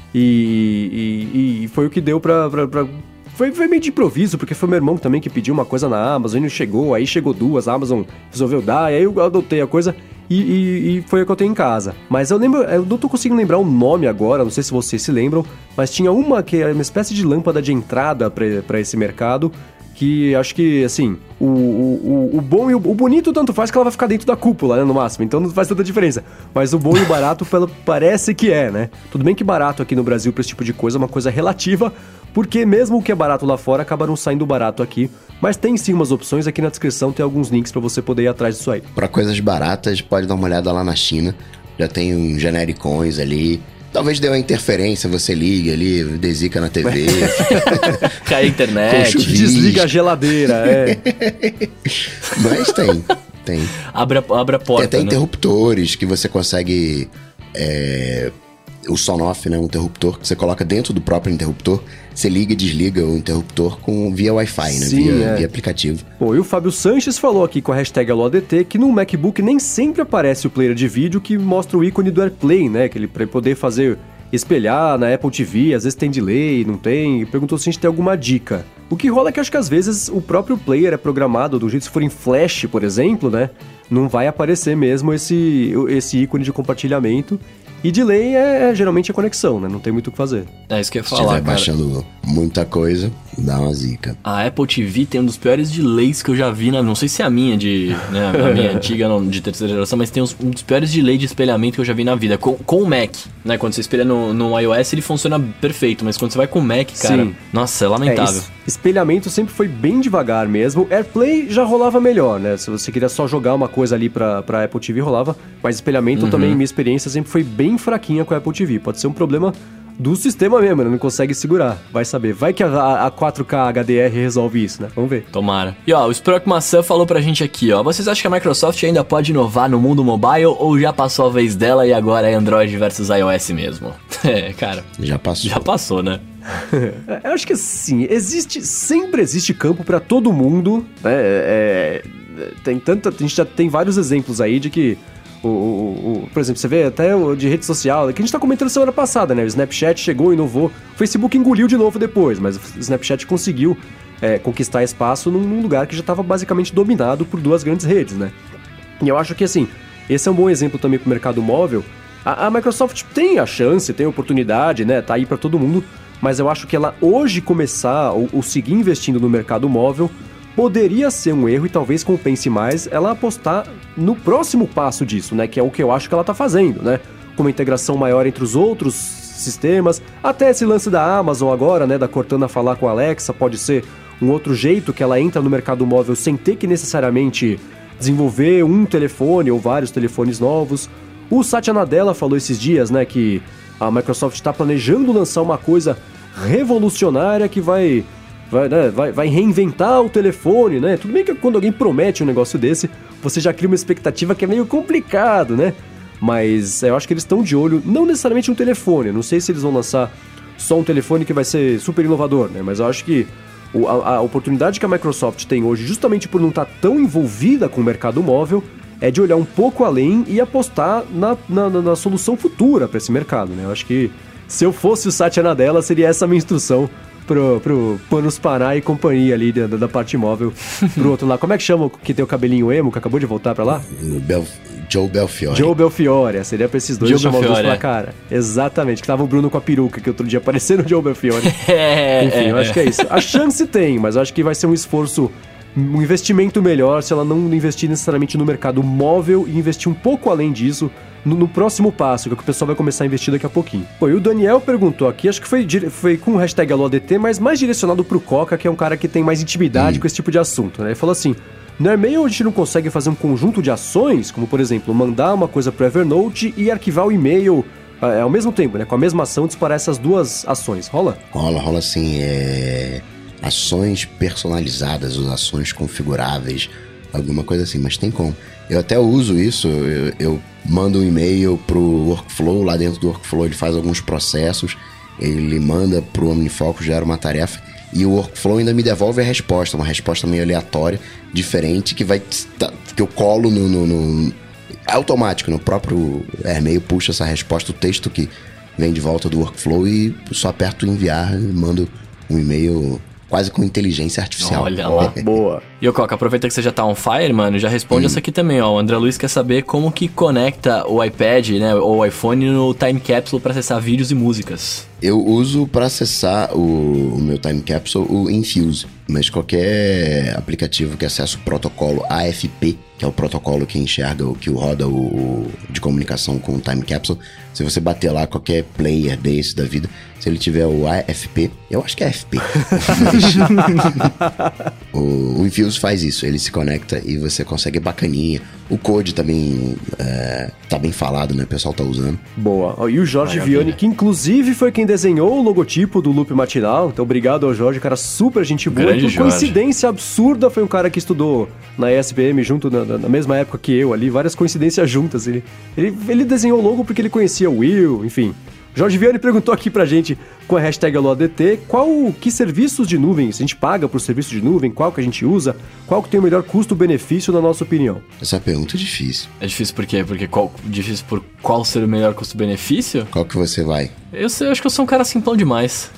e foi o que deu pra foi meio de improviso, porque foi meu irmão também que pediu uma coisa na Amazon e não chegou, aí chegou duas, a Amazon resolveu dar, e aí eu adotei a coisa e foi a que eu tenho em casa. Mas eu não tô conseguindo lembrar o nome agora, não sei se vocês se lembram, mas tinha uma que era uma espécie de lâmpada de entrada pra esse mercado, que acho que, assim, o bom e o bonito tanto faz que ela vai ficar dentro da cúpula, né, no máximo, então não faz tanta diferença. Mas o bom e o barato parece que é, né? Tudo bem que barato aqui no Brasil pra esse tipo de coisa é uma coisa relativa, porque mesmo o que é barato lá fora acaba não saindo barato aqui. Mas tem sim umas opções, aqui na descrição tem alguns links pra você poder ir atrás disso aí. Pra coisas baratas, pode dar uma olhada lá na China, já tem uns genericões ali. Talvez dê uma interferência, você liga ali, desica na TV. Cai a internet. Desliga a geladeira, Mas tem. Abre a porta, tem até né? interruptores que você consegue o son-off, né? Um interruptor que você coloca dentro do próprio interruptor. Você liga e desliga o interruptor via Wi-Fi, né? Sim, via aplicativo. Bom, e o Fábio Sanches falou aqui com a hashtag AloADT que no MacBook nem sempre aparece o player de vídeo que mostra o ícone do AirPlay, né? Que ele pra poder fazer... espelhar na Apple TV, às vezes tem delay, não tem, e perguntou se a gente tem alguma dica. O que rola é que acho que às vezes o próprio player é programado do jeito, se for em Flash, por exemplo, né, não vai aparecer mesmo esse ícone de compartilhamento. E delay geralmente a conexão, né? Não tem muito o que fazer. É isso que eu ia Se falar, estiver baixando muita coisa, dá uma zica. A Apple TV tem um dos piores delays que eu já vi, não sei se é a minha né, a minha antiga, não, de terceira geração, mas tem um dos piores delays de espelhamento que eu já vi na vida, com o Mac, né? Quando você espelha no iOS, ele funciona perfeito, mas quando você vai com o Mac, cara, sim, nossa, é lamentável. Espelhamento sempre foi bem devagar mesmo. AirPlay já rolava melhor, né? Se você queria só jogar uma coisa ali pra Apple TV, rolava. Mas espelhamento também, minha experiência sempre foi bem fraquinha com a Apple TV. Pode ser um problema do sistema mesmo, né? Não consegue segurar. Vai saber. Vai que a 4K HDR resolve isso, né? Vamos ver. Tomara. E ó, o Sprock Maçã falou pra gente aqui, ó. Vocês acham que a Microsoft ainda pode inovar no mundo mobile ou já passou a vez dela e agora é Android versus iOS mesmo? Cara. Já passou. Já passou, né? Eu acho que assim, sempre existe campo pra todo mundo, né? A gente já tem vários exemplos aí de que por exemplo, você vê até o de rede social, que a gente tá comentando semana passada, né? O Snapchat chegou, inovou, o Facebook engoliu de novo depois, mas o Snapchat conseguiu conquistar espaço num lugar que já estava basicamente dominado por duas grandes redes, né? E eu acho que assim, esse é um bom exemplo também pro mercado móvel. A Microsoft tem a chance, tem a oportunidade, né? Tá aí pra todo mundo, mas eu acho que ela hoje começar ou seguir investindo no mercado móvel poderia ser um erro e talvez compense mais ela apostar no próximo passo disso, né? Que é o que eu acho que ela tá fazendo, né? Com uma integração maior entre os outros sistemas, até esse lance da Amazon agora, né? Da Cortana falar com a Alexa, pode ser um outro jeito que ela entra no mercado móvel sem ter que necessariamente desenvolver um telefone ou vários telefones novos. O Satya Nadella falou esses dias, né? Que a Microsoft está planejando lançar uma coisa revolucionária que vai reinventar o telefone, né? Tudo bem que quando alguém promete um negócio desse, você já cria uma expectativa que é meio complicado, né? Mas eu acho que eles estão de olho, não necessariamente um telefone, não sei se eles vão lançar só um telefone que vai ser super inovador, né? Mas eu acho que a oportunidade que a Microsoft tem hoje, justamente por não estar tão envolvida com o mercado móvel, é de olhar um pouco além e apostar na solução futura para esse mercado, né? Eu acho que se eu fosse o Satya Nadella, seria essa a minha instrução pro Panos Pará e companhia ali da parte móvel pro outro lado. Como é que chama o que tem o cabelinho emo, que acabou de voltar pra lá? Joe Belfiore. Joe Belfiore, seria pra esses dois chamar os dois pra cara. Exatamente, que tava o Bruno com a peruca, que outro dia apareceu no Joe Belfiore. Enfim, eu acho que é isso. A chance tem, mas eu acho que vai ser um esforço, um investimento melhor se ela não investir necessariamente no mercado móvel e investir um pouco além disso no próximo passo, que é o que o pessoal vai começar a investir daqui a pouquinho. Pô, e o Daniel perguntou aqui, acho que foi com o hashtag AloADT, mas mais direcionado pro Coca, que é um cara que tem mais intimidade com esse tipo de assunto, né? Ele falou assim: no e-mail a gente não consegue fazer um conjunto de ações, como por exemplo, mandar uma coisa pro Evernote e arquivar o e-mail ao mesmo tempo, né? Com a mesma ação disparar essas duas ações. Rola? Rola sim. Ações personalizadas, ou ações configuráveis, alguma coisa assim, mas tem como. Eu até uso isso, eu mando um e-mail pro Workflow, lá dentro do Workflow ele faz alguns processos, ele manda pro OmniFocus, gera uma tarefa, e o Workflow ainda me devolve a resposta, uma resposta meio aleatória, diferente, que eu colo no automático, no próprio e-mail, puxa essa resposta, o texto que vem de volta do Workflow, e só aperto enviar e mando um e-mail quase com inteligência artificial. Olha lá. Boa. E o Coca, aproveita que você já tá on fire, mano, já responde essa aqui também, ó. O André Luiz quer saber como que conecta o iPad, né, ou o iPhone no Time Capsule pra acessar vídeos e músicas. Eu uso para acessar o meu Time Capsule o Infuse, mas qualquer aplicativo que acessa o protocolo AFP, que é o protocolo que enxerga, que roda de comunicação com o Time Capsule, se você bater lá qualquer player desse da vida, se ele tiver o AFP, eu acho que é AFP, o Infuse faz isso, ele se conecta e você consegue bacaninha. O Code também tá bem falado, né? O pessoal tá usando. Boa. E o Jorge Vianney, que inclusive foi quem desenhou o logotipo do Loop Matinal. Então, obrigado ao Jorge, cara super gente boa. Grande Por Jorge. coincidência absurda, foi um cara que estudou na ESPM junto na mesma época que eu ali. Várias coincidências juntas. Ele desenhou o logo porque ele conhecia o Will, enfim. Jorge Vianney perguntou aqui pra gente, com a hashtag AloADT, que serviços de nuvem, se a gente paga pro serviço de nuvem, qual que a gente usa, qual que tem o melhor custo-benefício na nossa opinião? Essa pergunta é difícil. É difícil por quê? Porque difícil por qual ser o melhor custo-benefício? Qual que você vai? Eu acho que eu sou um cara simplão demais.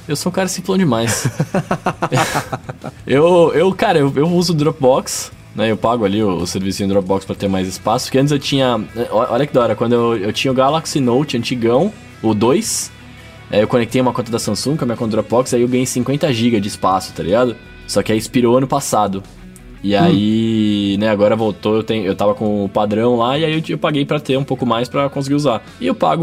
Cara, eu uso o Dropbox, né? Eu pago ali o serviço do Dropbox pra ter mais espaço. Porque antes eu tinha... Olha que da hora, quando eu tinha o Galaxy Note antigão, o 2, eu conectei uma conta da Samsung com a minha conta do Dropbox, aí eu ganhei 50 GB de espaço, tá ligado? Só que aí expirou ano passado. E aí, né, agora voltou, eu tava com o padrão lá, e aí eu paguei pra ter um pouco mais pra conseguir usar. E eu pago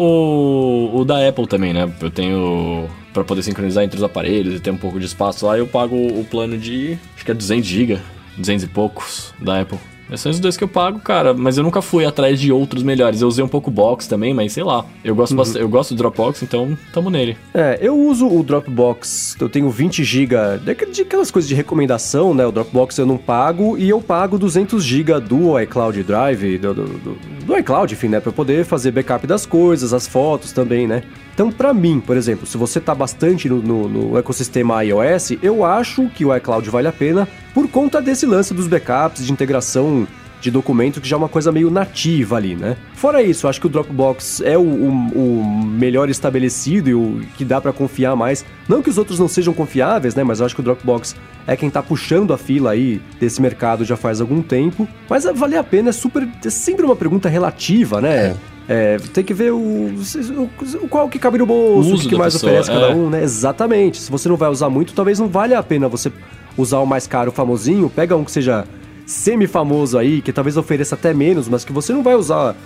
o da Apple também, né? Eu tenho... Pra poder sincronizar entre os aparelhos e ter um pouco de espaço lá, eu pago o plano de... Acho que é 200 GB, 200 e poucos da Apple. Esses são os dois que eu pago, cara, mas eu nunca fui atrás de outros melhores. Eu usei um pouco o Box também, mas sei lá. Eu gosto bastante, eu gosto do Dropbox, então tamo nele. Eu uso o Dropbox, eu tenho 20 GB, de aquelas coisas de recomendação, né? O Dropbox eu não pago e eu pago 200 GB do iCloud Drive, do iCloud, enfim, né? Pra eu poder fazer backup das coisas, as fotos também, né? Então, pra mim, por exemplo, se você tá bastante no ecossistema iOS, eu acho que o iCloud vale a pena por conta desse lance dos backups, de integração de documento, que já é uma coisa meio nativa ali, né? Fora isso, eu acho que o Dropbox é o melhor estabelecido e o que dá pra confiar mais. Não que os outros não sejam confiáveis, né? Mas eu acho que o Dropbox é quem tá puxando a fila aí desse mercado já faz algum tempo. Mas valer a pena é sempre uma pergunta relativa, né? Tem que ver qual que cabe no bolso, o que mais pessoa, oferece cada um, né? Exatamente. Se você não vai usar muito, talvez não valha a pena você usar o mais caro, o famosinho. Pega um que seja semi-famoso aí, que talvez ofereça até menos, mas que você não vai usar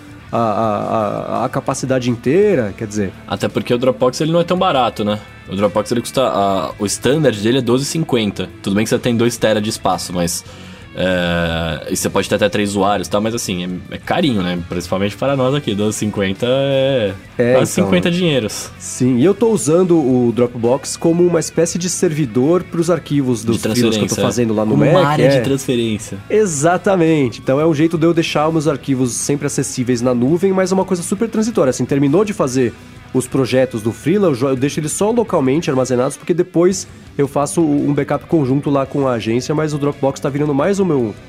a capacidade inteira, quer dizer... Até porque o Dropbox ele não é tão barato, né? O Dropbox ele custa... o standard dele é $12,50. Tudo bem que você tem 2 TB de espaço, mas... e você pode ter até 3 usuários, tá? Mas assim, é carinho, né? Principalmente para nós aqui, $12,50 quase então, 50 dinheiros. Sim, e eu tô usando o Dropbox como uma espécie de servidor para os arquivos dos freelas que eu tô fazendo lá no Mac. Uma área de transferência. Exatamente. Então é um jeito de eu deixar meus arquivos sempre acessíveis na nuvem, mas é uma coisa super transitória. Assim, terminou de fazer os projetos do freela, eu deixo eles só localmente armazenados, porque depois eu faço um backup conjunto lá com a agência, mas o Dropbox tá virando mais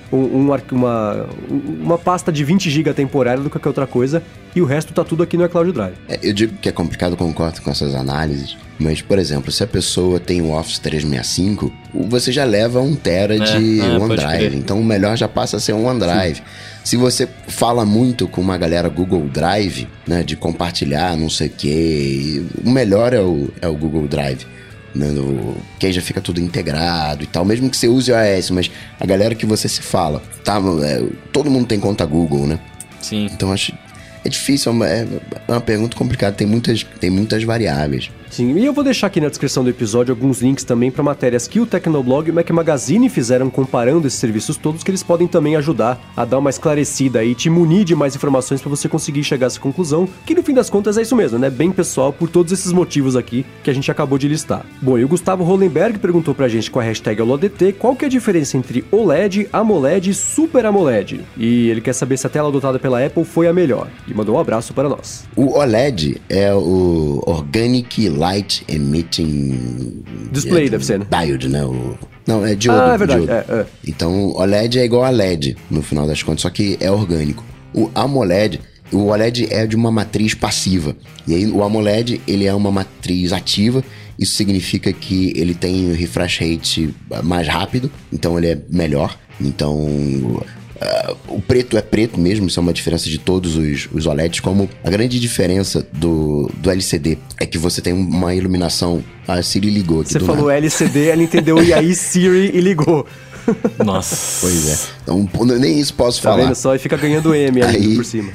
uma pasta de 20 GB temporária do que qualquer outra coisa, e o resto tá tudo aqui no iCloud Drive. Eu digo que é complicado, concordo com essas análises, mas, por exemplo, se a pessoa tem o Office 365, você já leva 1 TB de OneDrive, então o melhor já passa a ser um OneDrive. Sim. Se você fala muito com uma galera Google Drive, né, de compartilhar não sei o que, o melhor é o Google Drive, né, que aí já fica tudo integrado e tal, mesmo que você use o iOS, mas a galera que você se fala, tá, todo mundo tem conta Google, né? Sim. Então acho... É difícil, é uma pergunta complicada, tem muitas variáveis. Sim, e eu vou deixar aqui na descrição do episódio alguns links também para matérias que o Tecnoblog e o Mac Magazine fizeram comparando esses serviços todos, que eles podem também ajudar a dar uma esclarecida e te munir de mais informações para você conseguir chegar a essa conclusão, que no fim das contas é isso mesmo, né? Bem pessoal, por todos esses motivos aqui que a gente acabou de listar. Bom, e o Gustavo Hollenberg perguntou pra gente com a hashtag AloADT qual que é a diferença entre OLED, AMOLED e Super AMOLED. E ele quer saber se a tela adotada pela Apple foi a melhor. E mandou um abraço para nós. O OLED é o Organic Light Emitting Display, deve ser, né? Diode, né? Não, é diodo. É verdade. Então, OLED é igual a LED, no final das contas, só que é orgânico. O OLED é de uma matriz passiva. E aí, o AMOLED, ele é uma matriz ativa. Isso significa que ele tem refresh rate mais rápido, então ele é melhor. Então... o preto é preto mesmo, isso é uma diferença de todos os OLEDs, como a grande diferença do LCD é que você tem uma iluminação... A Siri ligou aqui. Você falou nada. LCD, ela entendeu, e aí Siri e ligou. Nossa. Pois é. Então, nem isso posso falar. Tá vendo só? E fica ganhando M ali por cima.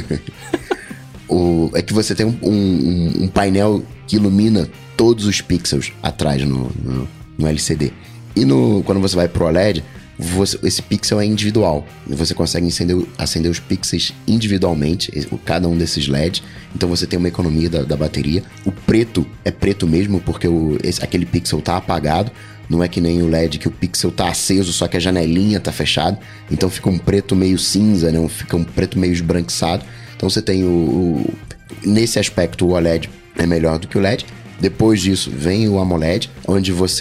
É que você tem um painel que ilumina todos os pixels atrás no LCD. E quando você vai pro OLED... esse pixel é individual. Você consegue acender os pixels individualmente, cada um desses LEDs. Então você tem uma economia da bateria. O preto é preto mesmo, porque aquele pixel tá apagado. Não é que nem o LED que o pixel tá aceso, só que a janelinha tá fechada. Então fica um preto meio cinza, né? Fica um preto meio esbranquiçado. Então você tem nesse aspecto o OLED é melhor do que o LED. Depois disso vem o AMOLED, onde você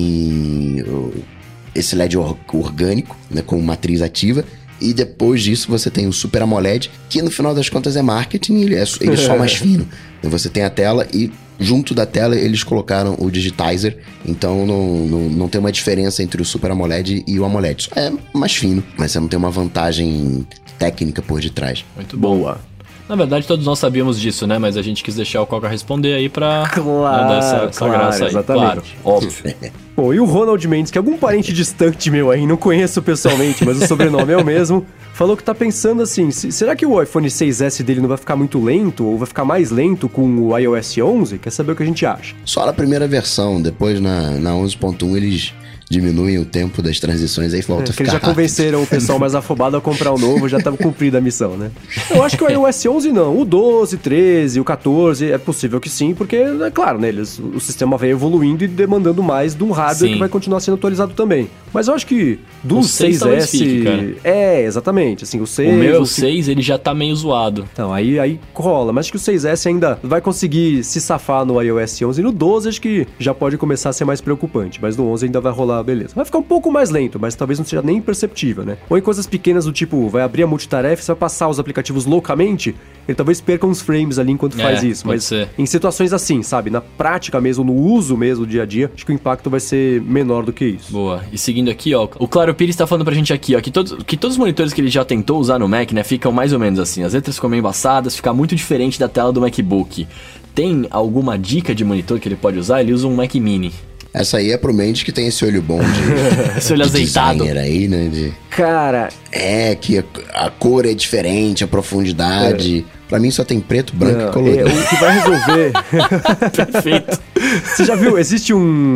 tem esse LED orgânico, né, com matriz ativa. E depois disso você tem o Super AMOLED, que no final das contas é marketing, ele é só mais fino. Você tem a tela e junto da tela eles colocaram o Digitizer, então não tem uma diferença entre o Super AMOLED e o AMOLED. Só é mais fino, mas você não tem uma vantagem técnica por detrás. Muito boa. Na verdade, todos nós sabíamos disso, né? Mas a gente quis deixar o Coca responder aí pra dar essa graça aí. Exatamente. Claro, óbvio. Pô, e o Ronald Mendes, que é algum parente distante meu aí, não conheço pessoalmente, mas o sobrenome é o mesmo, falou que tá pensando assim, será que o iPhone 6S dele não vai ficar muito lento, ou vai ficar mais lento com o iOS 11? Quer saber o que a gente acha? Só na primeira versão, depois na 11.1 eles diminuem o tempo das transições, aí volta a ficar eles já convenceram o pessoal mais afobado a comprar o novo, já tava cumprida a missão, né? Eu acho que o iOS 11 não, o 12, 13, o 14, é possível que sim, porque, é claro, né, o sistema veio evoluindo e demandando mais de um hardware que vai continuar sendo atualizado também. Mas eu acho que do 6S... Fique, cara. Exatamente, assim, o 6... O meu 6, ele já tá meio zoado. Então, aí rola, mas acho que o 6S ainda vai conseguir se safar no iOS 11 e no 12 acho que já pode começar a ser mais preocupante, mas no 11 ainda vai rolar, beleza. Vai ficar um pouco mais lento, mas talvez não seja nem perceptível, né? Ou em coisas pequenas do tipo, vai abrir a multitarefa, você vai passar os aplicativos loucamente, ele talvez perca uns frames ali enquanto faz isso, mas em situações assim, sabe? Na prática mesmo, no uso mesmo, dia a dia, acho que o impacto vai ser menor do que isso. Boa. E seguindo aqui, ó, o Claro Pires tá falando pra gente aqui, ó, que todos os monitores que ele já tentou usar no Mac, né, ficam mais ou menos assim, as letras ficam meio embaçadas, fica muito diferente da tela do MacBook. Tem alguma dica de monitor que ele pode usar? Ele usa um Mac Mini. Essa aí é pro Mendes que tem esse olho bom de... esse olho azeitado. Aí, né? Cara... que a cor é diferente, a profundidade... Pra mim só tem preto, branco e colorido. O que vai resolver... Perfeito. Você já viu? Existe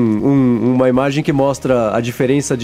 uma imagem que mostra a diferença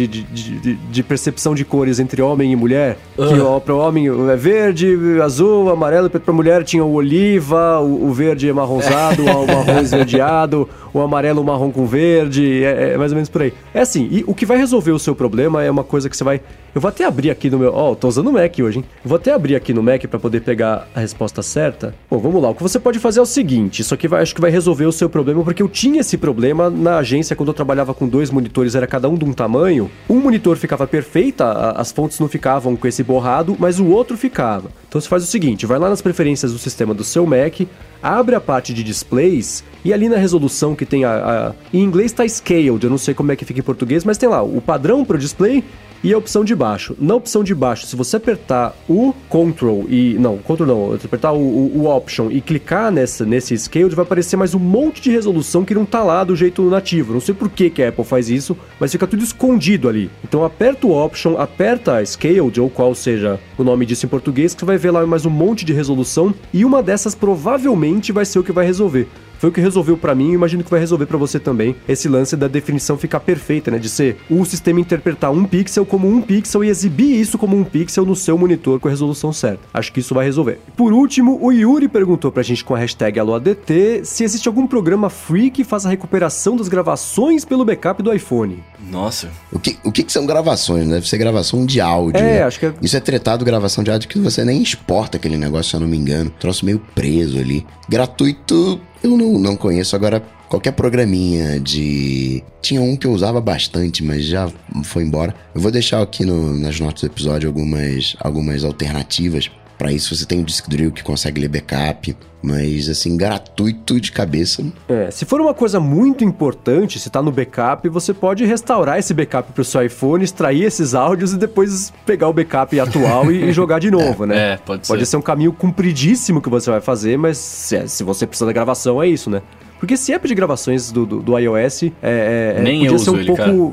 de percepção de cores entre homem e mulher. Que para o homem é verde, azul, amarelo. Para a mulher tinha o oliva, o verde amarronzado, o marrom esverdeado, o amarelo marrom com verde. É mais ou menos por aí. É assim, e o que vai resolver o seu problema é uma coisa que você vai... Eu vou até abrir aqui no meu... tô usando o Mac hoje, hein? Eu vou até abrir aqui no Mac para poder pegar a resposta certa. Bom, vamos lá. O que você pode fazer é o seguinte. Isso aqui acho que vai resolver o seu problema, porque eu tinha esse problema na agência quando eu trabalhava com 2 monitores, era cada um de um tamanho. Um monitor ficava perfeita, as fontes não ficavam com esse borrado, mas o outro ficava. Então você faz o seguinte, vai lá nas preferências do sistema do seu Mac, abre a parte de displays e ali na resolução que tem em inglês tá scaled, eu não sei como é que fica em português, mas tem lá o padrão para o display e a opção de baixo. Na opção de baixo, se você apertar o Ctrl e... Não, Ctrl não. Apertar o Option e clicar nesse Scaled, vai aparecer mais um monte de resolução que não tá lá do jeito nativo. Não sei por que a Apple faz isso, mas fica tudo escondido ali. Então aperta o Option, aperta Scaled, ou qual seja o nome disso em português, que você vai ver lá mais um monte de resolução e uma dessas provavelmente vai ser o que vai resolver. Foi o que resolveu pra mim e imagino que vai resolver pra você também esse lance da definição ficar perfeita, né? De ser o sistema interpretar um pixel como um pixel e exibir isso como um pixel no seu monitor com a resolução certa. Acho que isso vai resolver. Por último, o Yuri perguntou pra gente com a hashtag AloADT se existe algum programa free que faça a recuperação das gravações pelo backup do iPhone. Nossa. O que são gravações? Deve ser gravação de áudio. Né? Acho que é... Isso é tratado gravação de áudio que você nem exporta aquele negócio, se eu não me engano. Troço meio preso ali. Gratuito... Eu não conheço. Agora, qualquer programinha de... Tinha um que eu usava bastante, mas já foi embora. Eu vou deixar aqui nas notas do episódio algumas alternativas. Para isso, você tem o Disk Drill que consegue ler backup. Mas, assim, gratuito de cabeça. Se for uma coisa muito importante, se tá no backup, você pode restaurar esse backup pro seu iPhone, extrair esses áudios e depois pegar o backup atual e jogar de novo, né? Pode ser um caminho compridíssimo que você vai fazer, mas se você precisa da gravação, é isso, né? Porque esse app de gravações do iOS nem eu uso ele, cara.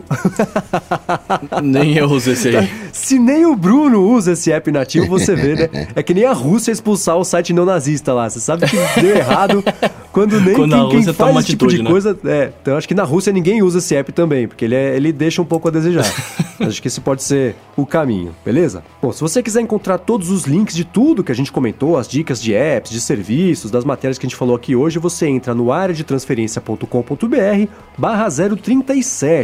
Nem eu uso esse aí. Se nem o Bruno usa esse app nativo, você vê, né? É que nem a Rússia expulsar o site neonazista lá. Você sabe que deu errado quando nem quem faz esse tipo de coisa... Então acho que na Rússia ninguém usa esse app também, porque ele deixa um pouco a desejar. Acho que esse pode ser o caminho, beleza? Bom, se você quiser encontrar todos os links de tudo que a gente comentou, as dicas de apps, de serviços, das matérias que a gente falou aqui hoje, você entra no areadetransferencia.com.br/037.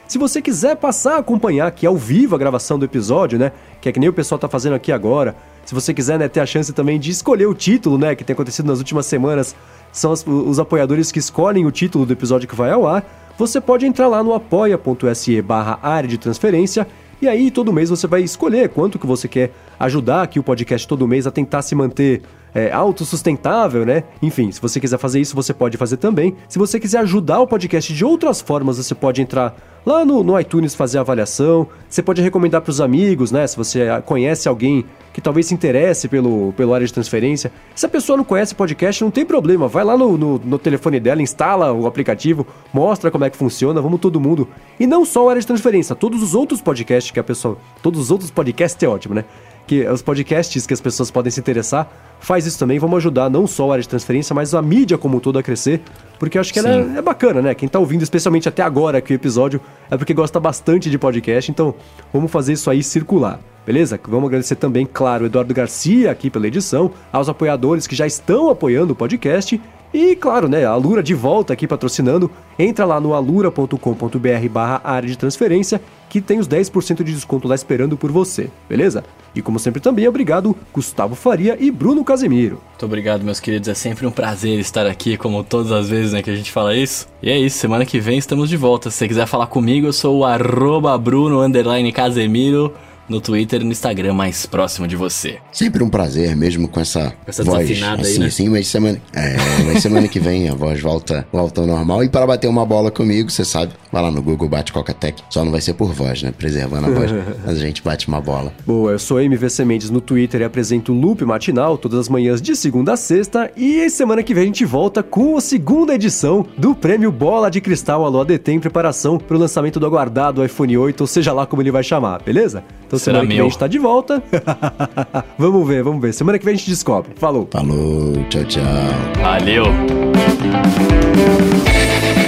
Se você quiser passar a acompanhar aqui ao vivo a gravação do episódio, né, que é que nem o pessoal tá fazendo aqui agora, se você quiser, né, ter a chance também de escolher o título, né, que tem acontecido nas últimas semanas, são os apoiadores que escolhem o título do episódio que vai ao ar, você pode entrar lá no apoia.se/área de transferência, e aí todo mês você vai escolher quanto que você quer ajudar aqui o podcast todo mês a tentar se manter autossustentável, né? Enfim, se você quiser fazer isso, você pode fazer também. Se você quiser ajudar o podcast de outras formas, você pode entrar lá no iTunes, fazer a avaliação. Você pode recomendar para os amigos, né? Se você conhece alguém que talvez se interesse pelo área de transferência. Se a pessoa não conhece podcast, não tem problema. Vai lá no telefone dela, instala o aplicativo, mostra como é que funciona, vamos todo mundo. E não só o área de transferência, todos os outros podcasts que a pessoa... Todos os outros podcasts é ótimo, né? Que os podcasts que as pessoas podem se interessar, faz isso também, vamos ajudar não só a área de transferência, mas a mídia como um todo a crescer, porque eu acho que ela é bacana, né? Quem tá ouvindo, especialmente até agora aqui o episódio, é porque gosta bastante de podcast, então vamos fazer isso aí circular, beleza? Vamos agradecer também, claro, o Eduardo Garcia aqui pela edição, aos apoiadores que já estão apoiando o podcast, e claro, né, a Alura de volta aqui patrocinando, entra lá no alura.com.br/área de transferência, que tem os 10% de desconto lá esperando por você, beleza? E como sempre também, obrigado Gustavo Faria e Bruno Casemiro. Muito obrigado, meus queridos, é sempre um prazer estar aqui, como todas as vezes, né, que a gente fala isso. E é isso, semana que vem estamos de volta. Se você quiser falar comigo, eu sou o @Bruno_Casemiro no Twitter e no Instagram mais próximo de você. Sempre um prazer, mesmo com essa voz desafinada assim, aí, né? assim, mas semana que vem a voz volta ao normal. E para bater uma bola comigo, você sabe, vai lá no Google, bate Coca-Tech. Só não vai ser por voz, né? Preservando a voz, mas a gente bate uma bola. Boa, eu sou MVC Mendes no Twitter e apresento o Loop Matinal todas as manhãs de segunda a sexta. E semana que vem a gente volta com a segunda edição do Prêmio Bola de Cristal Alô ADT em preparação para o lançamento do aguardado iPhone 8, ou seja lá como ele vai chamar, beleza? Então semana que vem a gente tá de volta. Vamos ver. Semana que vem a gente descobre. Falou, tchau. Valeu.